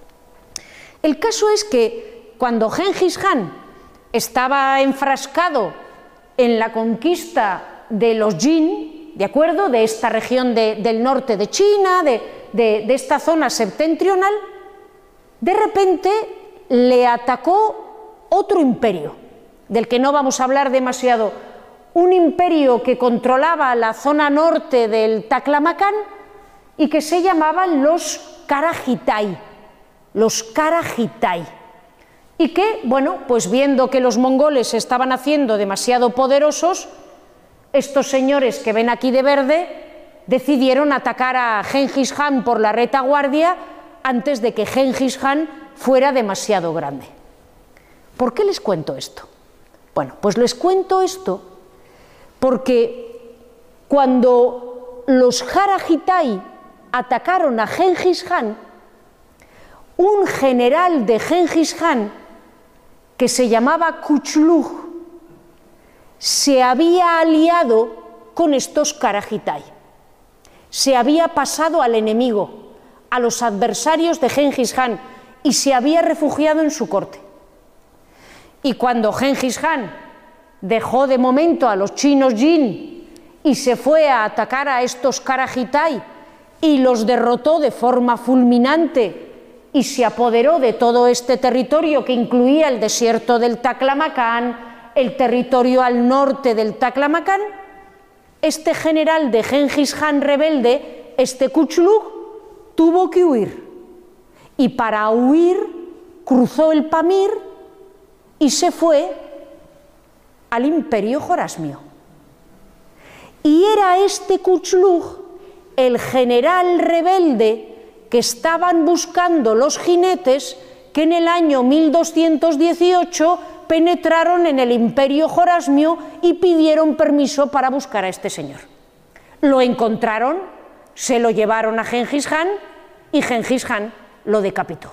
A: El caso es que cuando Gengis Khan estaba enfrascado en la conquista de los jin, ¿de acuerdo?, de esta región del norte de China, de esta zona septentrional, de repente le atacó otro imperio, del que no vamos a hablar demasiado, un imperio que controlaba la zona norte del Taklamakan y que se llamaban los Karahitai, y que, bueno, pues viendo que los mongoles se estaban haciendo demasiado poderosos, estos señores que ven aquí de verde decidieron atacar a Genghis Khan por la retaguardia antes de que Genghis Khan fuera demasiado grande. ¿Por qué les cuento esto? Bueno, pues les cuento esto porque cuando los Karahitai atacaron a Genghis Khan, un general de Genghis Khan que se llamaba Kuchulug se había aliado con estos Karahitai, se había pasado al enemigo, a los adversarios de Genghis Khan, y se había refugiado en su corte. Y cuando Genghis Khan dejó de momento a los chinos Jin y se fue a atacar a estos Karahitai y los derrotó de forma fulminante y se apoderó de todo este territorio que incluía el desierto del Taklamakan, el territorio al norte del Taklamakan, este general de Genghis Khan rebelde, este Kuchulug, tuvo que huir. Y para huir cruzó el Pamir y se fue al imperio Jorasmio. Y era este Kuchulug el general rebelde que estaban buscando los jinetes que en el año 1218 penetraron en el imperio Jorasmio y pidieron permiso para buscar a este señor. Lo encontraron, se lo llevaron a Genghis Khan y Genghis Khan lo decapitó.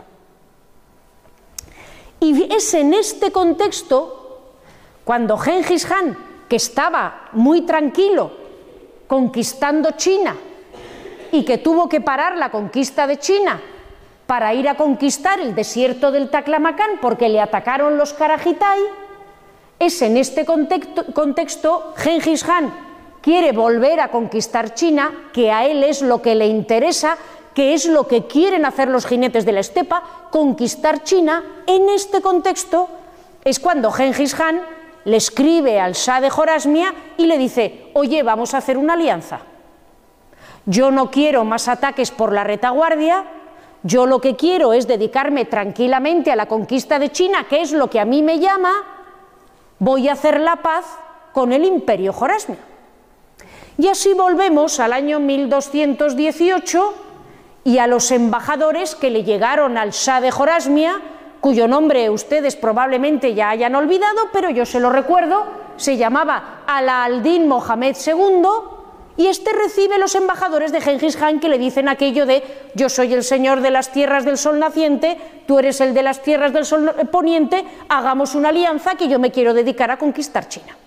A: Y es en este contexto cuando Genghis Khan, que estaba muy tranquilo conquistando China y que tuvo que parar la conquista de China para ir a conquistar el desierto del Taklamakan porque le atacaron los Karahitai, es en este contexto Genghis Khan quiere volver a conquistar China, que a él es lo que le interesa, que es lo que quieren hacer los jinetes de la estepa, conquistar China. En este contexto es cuando Genghis Khan le escribe al Shah de Jorasmia y le dice: oye, vamos a hacer una alianza. Yo no quiero más ataques por la retaguardia, yo lo que quiero es dedicarme tranquilamente a la conquista de China, que es lo que a mí me llama, voy a hacer la paz con el imperio Jorasmio. Y así volvemos al año 1218 y a los embajadores que le llegaron al Shah de Jorasmia, cuyo nombre ustedes probablemente ya hayan olvidado, pero yo se lo recuerdo, se llamaba Ala al-Din Mohammed II, y este recibe los embajadores de Genghis Khan que le dicen aquello de: yo soy el señor de las tierras del sol naciente, tú eres el de las tierras del sol poniente, hagamos una alianza que yo me quiero dedicar a conquistar China.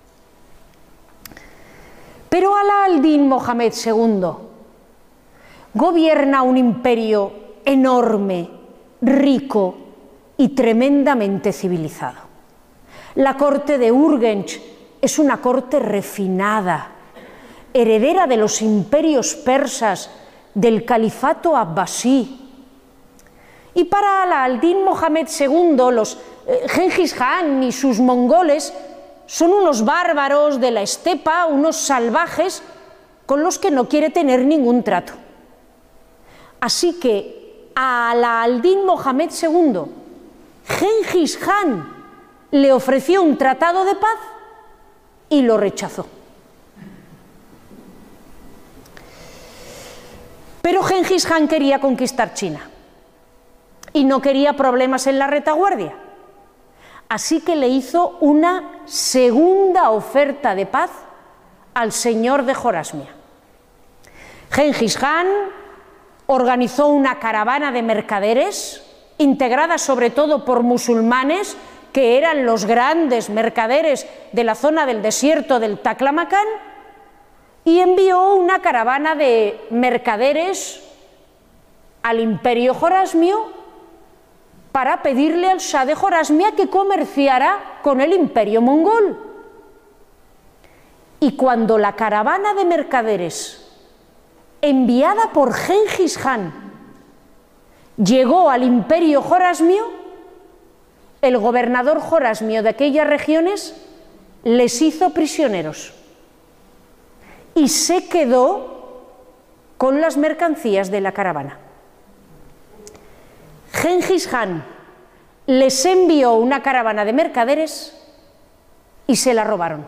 A: Pero Ala al-Din Mohammed II gobierna un imperio enorme, rico y tremendamente civilizado. La corte de Urgench es una corte refinada, heredera de los imperios persas, del califato abbasí. Y para Ala al-Din Mohammed II, los Genghis Khan y sus mongoles son unos bárbaros de la estepa, unos salvajes con los que no quiere tener ningún trato. Así que a Ala al-Din Mohammed II, Genghis Khan le ofreció un tratado de paz y lo rechazó. Pero Genghis Khan quería conquistar China y no quería problemas en la retaguardia. Así que le hizo una segunda oferta de paz al señor de Jorasmia. Genghis Khan organizó una caravana de mercaderes, integrada sobre todo por musulmanes, que eran los grandes mercaderes de la zona del desierto del Taklamakan, y envió una caravana de mercaderes al imperio Jorasmio para pedirle al Shah de Jorasmia que comerciara con el imperio mongol. Y cuando la caravana de mercaderes enviada por Genghis Khan llegó al imperio Jorasmio, el gobernador Jorasmio de aquellas regiones les hizo prisioneros y se quedó con las mercancías de la caravana. Gengis Khan les envió una caravana de mercaderes y se la robaron.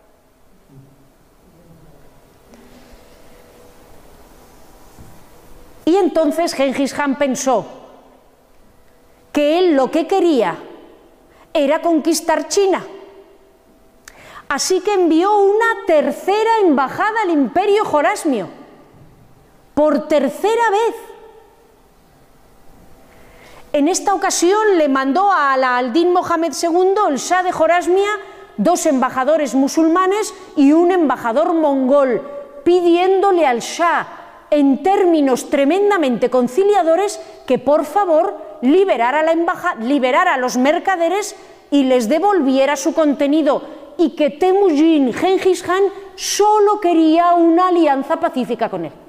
A: Y entonces Gengis Khan pensó que él lo que quería era conquistar China. Así que envió una tercera embajada al Imperio Jorasmio, por tercera vez. En esta ocasión le mandó a Ala al-Din Mohammed II, el Shah de Jorasmia, 2 embajadores musulmanes y un embajador mongol, pidiéndole al Shah, en términos tremendamente conciliadores, que por favor liberara a los mercaderes y les devolviera su contenido, y que Temujin, Gengis Khan, solo quería una alianza pacífica con él.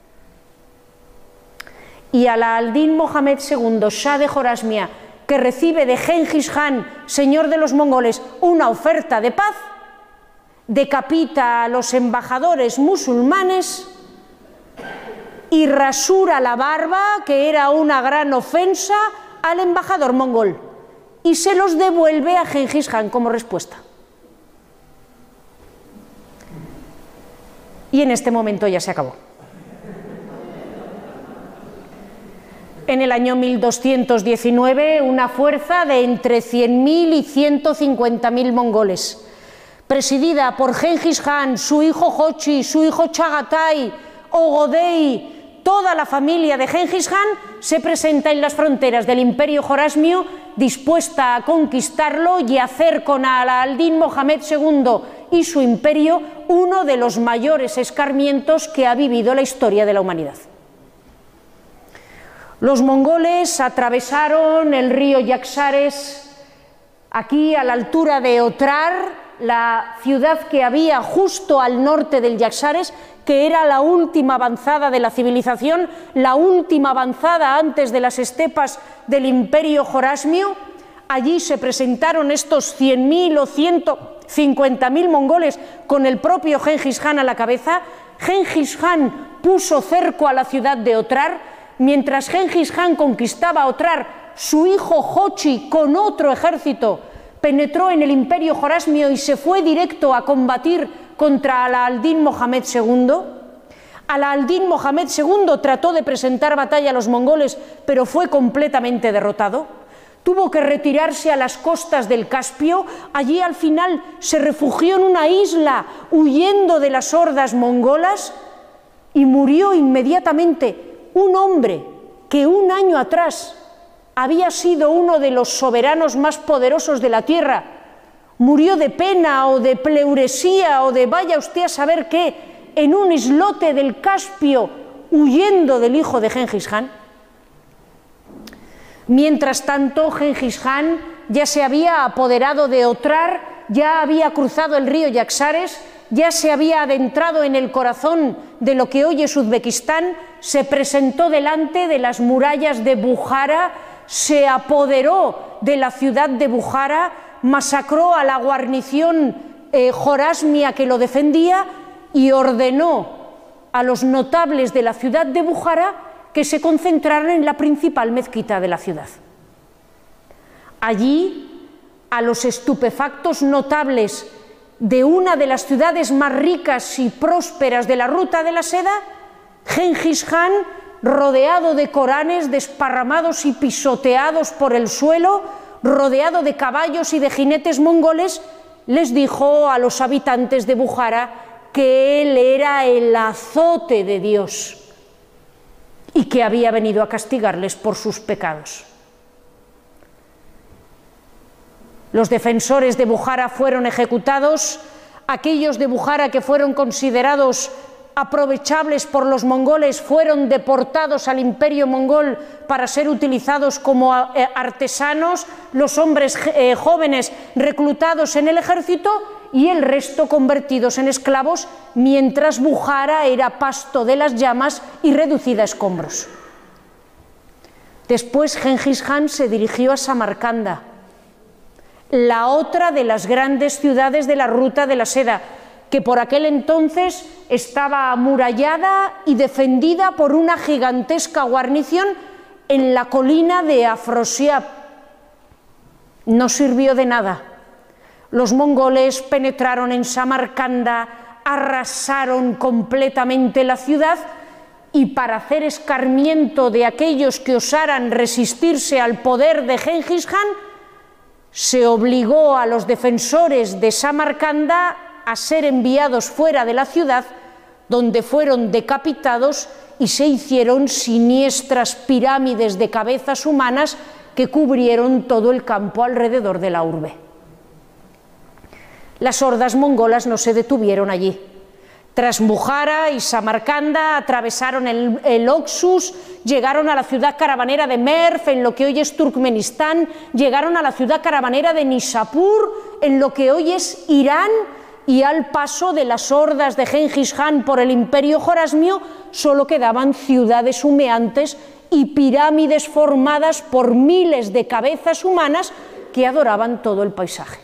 A: Y Ala al-Din Mohammed II, Shah de Jorasmia, que recibe de Gengis Khan, señor de los mongoles, una oferta de paz, decapita a los embajadores musulmanes y rasura la barba, que era una gran ofensa, al embajador mongol, y se los devuelve a Gengis Khan como respuesta. Y en este momento ya se acabó. En el año 1219, una fuerza de entre 100.000 y 150.000 mongoles, presidida por Gengis Khan, su hijo Jochi, su hijo Chagatai, Ogodei, toda la familia de Gengis Khan, se presenta en las fronteras del Imperio Jorasmio, dispuesta a conquistarlo y hacer con Ala al-Din Mohammed II y su imperio uno de los mayores escarmientos que ha vivido la historia de la humanidad. Los mongoles atravesaron el río Yaxares, aquí a la altura de Otrar, la ciudad que había justo al norte del Yaxares, que era la última avanzada de la civilización, la última avanzada antes de las estepas del Imperio Jorasmio. Allí se presentaron estos 100.000 o 150.000 mongoles con el propio Gengis Khan a la cabeza. Gengis Khan puso cerco a la ciudad de Otrar. Mientras Gengis Khan conquistaba Otrar, su hijo Jochi, con otro ejército, penetró en el Imperio Jorasmio y se fue directo a combatir contra Ala al-Din Mohammed II. Ala al-Din Mohammed II trató de presentar batalla a los mongoles, pero fue completamente derrotado. Tuvo que retirarse a las costas del Caspio. Allí al final se refugió en una isla huyendo de las hordas mongolas y murió inmediatamente. Un hombre que un año atrás había sido uno de los soberanos más poderosos de la tierra, murió de pena o de pleuresía o de vaya usted a saber qué, en un islote del Caspio, huyendo del hijo de Gengis Khan. Mientras tanto, Gengis Khan ya se había apoderado de Otrar, ya había cruzado el río Yaxares, ya se había adentrado en el corazón de lo que hoy es Uzbekistán, se presentó delante de las murallas de Bukhara, se apoderó de la ciudad de Bukhara, masacró a la guarnición jorasmia que lo defendía y ordenó a los notables de la ciudad de Bukhara que se concentraran en la principal mezquita de la ciudad. Allí, a los estupefactos notables de una de las ciudades más ricas y prósperas de la Ruta de la Seda, Gengis Khan, rodeado de Coranes desparramados y pisoteados por el suelo, rodeado de caballos y de jinetes mongoles, les dijo a los habitantes de Bukhara que él era el azote de Dios y que había venido a castigarles por sus pecados. Los defensores de Bukhara fueron ejecutados, aquellos de Bukhara que fueron considerados aprovechables por los mongoles fueron deportados al imperio mongol para ser utilizados como artesanos, los hombres jóvenes reclutados en el ejército y el resto convertidos en esclavos, mientras Bukhara era pasto de las llamas y reducida a escombros. Después Gengis Khan se dirigió a Samarcanda la otra de las grandes ciudades de la Ruta de la Seda, que por aquel entonces estaba amurallada y defendida por una gigantesca guarnición en la colina de Afrosiab. No sirvió de nada. Los mongoles penetraron en Samarcanda, arrasaron completamente la ciudad y para hacer escarmiento de aquellos que osaran resistirse al poder de Gengis Khan, se obligó a los defensores de Samarcanda a ser enviados fuera de la ciudad, donde fueron decapitados y se hicieron siniestras pirámides de cabezas humanas que cubrieron todo el campo alrededor de la urbe. Las hordas mongolas no se detuvieron allí. Tras Bukhara y Samarcanda atravesaron el Oxus, llegaron a la ciudad caravanera de Merv, en lo que hoy es Turkmenistán, llegaron a la ciudad caravanera de Nishapur, en lo que hoy es Irán, y al paso de las hordas de Gengis Khan por el imperio jorasmio solo quedaban ciudades humeantes y pirámides formadas por miles de cabezas humanas que adoraban todo el paisaje.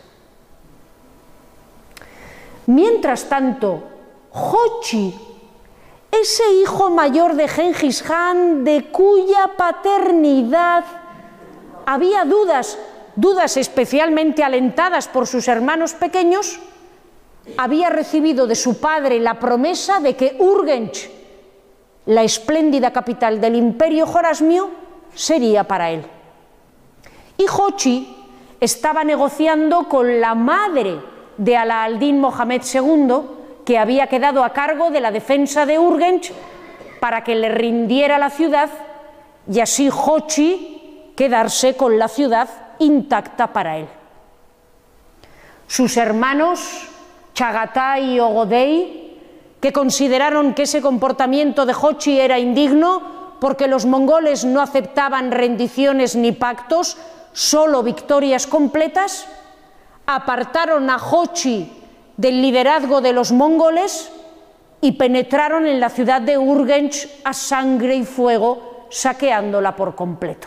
A: Mientras tanto, Hochi, ese hijo mayor de Gengis Khan, de cuya paternidad había dudas especialmente alentadas por sus hermanos pequeños, había recibido de su padre la promesa de que Urgench, la espléndida capital del imperio jorasmio, sería para él. Y Hochi estaba negociando con la madre de Ala al-Din Mohamed II, que había quedado a cargo de la defensa de Urgench, para que le rindiera la ciudad y así Hochi quedarse con la ciudad intacta para él. Sus hermanos Chagatai y Ogodei, que consideraron que ese comportamiento de Hochi era indigno porque los mongoles no aceptaban rendiciones ni pactos, solo victorias completas, apartaron a Hochi del liderazgo de los mongoles y penetraron en la ciudad de Urgench a sangre y fuego, saqueándola por completo.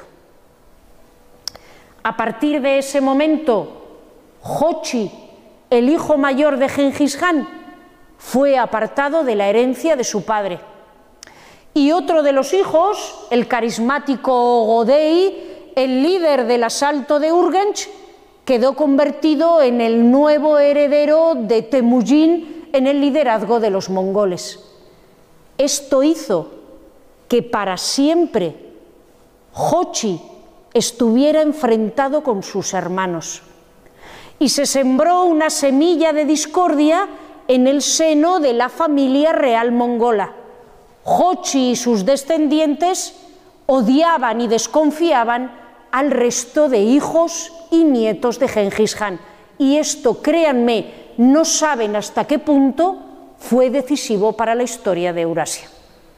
A: A partir de ese momento, Hochi, el hijo mayor de Gengis Khan, fue apartado de la herencia de su padre. Y otro de los hijos, el carismático Ogodei, el líder del asalto de Urgench, quedó convertido en el nuevo heredero de Temujin en el liderazgo de los mongoles. Esto hizo que para siempre Hochi estuviera enfrentado con sus hermanos y se sembró una semilla de discordia en el seno de la familia real mongola. Hochi y sus descendientes odiaban y desconfiaban al resto de hijos y nietos de Gengis Khan. Y esto, créanme, no saben hasta qué punto fue decisivo para la historia de Eurasia.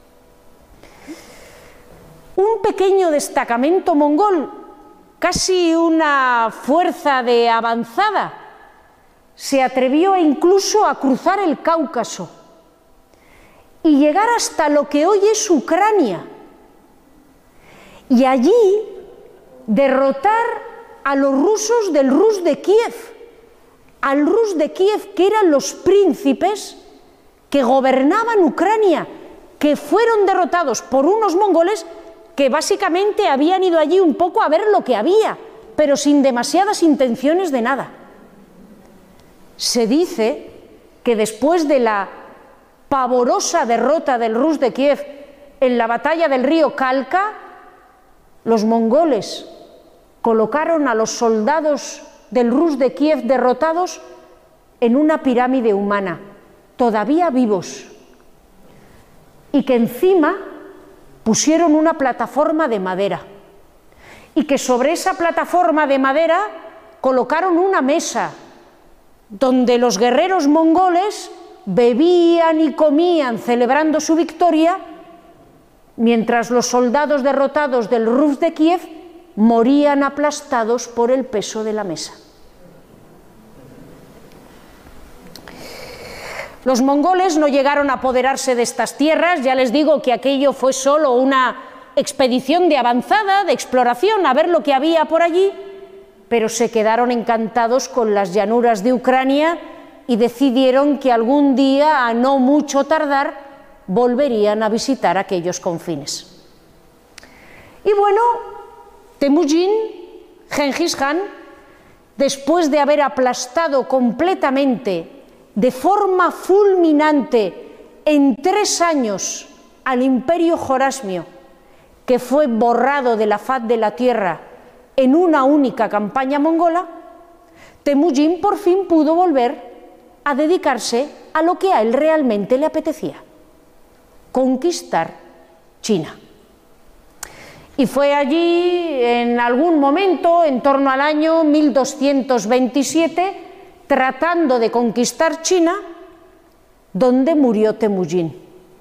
A: Un pequeño destacamento mongol, casi una fuerza de avanzada, se atrevió incluso a cruzar el Cáucaso y llegar hasta lo que hoy es Ucrania, y allí derrotar a los rusos del Rus de Kiev, al Rus de Kiev, que eran los príncipes que gobernaban Ucrania, que fueron derrotados por unos mongoles que básicamente habían ido allí un poco a ver lo que había, pero sin demasiadas intenciones de nada. Se dice que después de la pavorosa derrota del Rus de Kiev en la batalla del río Kalka, los mongoles colocaron a los soldados del Rus de Kiev derrotados en una pirámide humana, todavía vivos, y que encima pusieron una plataforma de madera, y que sobre esa plataforma de madera colocaron una mesa donde los guerreros mongoles bebían y comían celebrando su victoria, mientras los soldados derrotados del Rus de Kiev morían aplastados por el peso de la mesa. Los mongoles no llegaron a apoderarse de estas tierras, ya les digo que aquello fue solo una expedición de avanzada, de exploración, a ver lo que había por allí, pero se quedaron encantados con las llanuras de Ucrania y decidieron que algún día, a no mucho tardar, volverían a visitar aquellos confines. Y bueno, Temujin, Gengis Khan, después de haber aplastado completamente, de forma fulminante, en 3 años al imperio jorásmio, que fue borrado de la faz de la tierra en una única campaña mongola, Temujin por fin pudo volver a dedicarse a lo que a él realmente le apetecía: conquistar China. Y fue allí, en algún momento, en torno al año 1227, tratando de conquistar China, donde murió Temujin.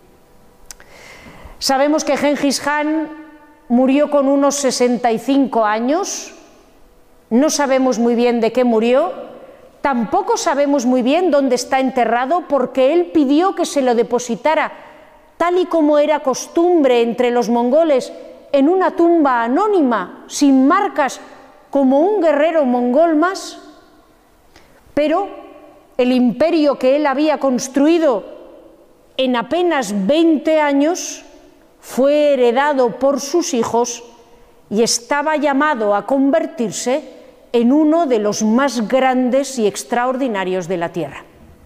A: Sabemos que Gengis Khan murió con unos 65 años, no sabemos muy bien de qué murió, tampoco sabemos muy bien dónde está enterrado, porque él pidió que se lo depositara, tal y como era costumbre entre los mongoles, en una tumba anónima, sin marcas, como un guerrero mongol más. Pero el imperio que él había construido en apenas 20 años fue heredado por sus hijos y estaba llamado a convertirse en uno de los más grandes y extraordinarios de la tierra.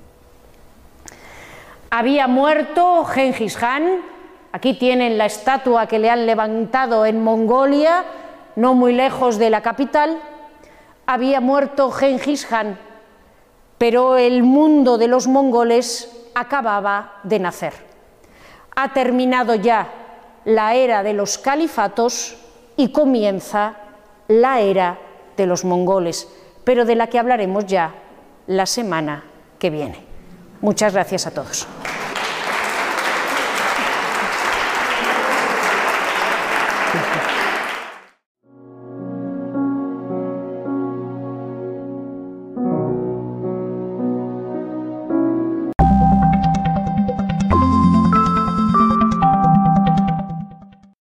A: Había muerto Gengis Khan. Aquí tienen la estatua que le han levantado en Mongolia, no muy lejos de la capital. Había muerto Gengis Khan, pero el mundo de los mongoles acababa de nacer. Ha terminado ya la era de los califatos y comienza la era de los mongoles, pero de la que hablaremos ya la semana que viene. Muchas gracias a todos.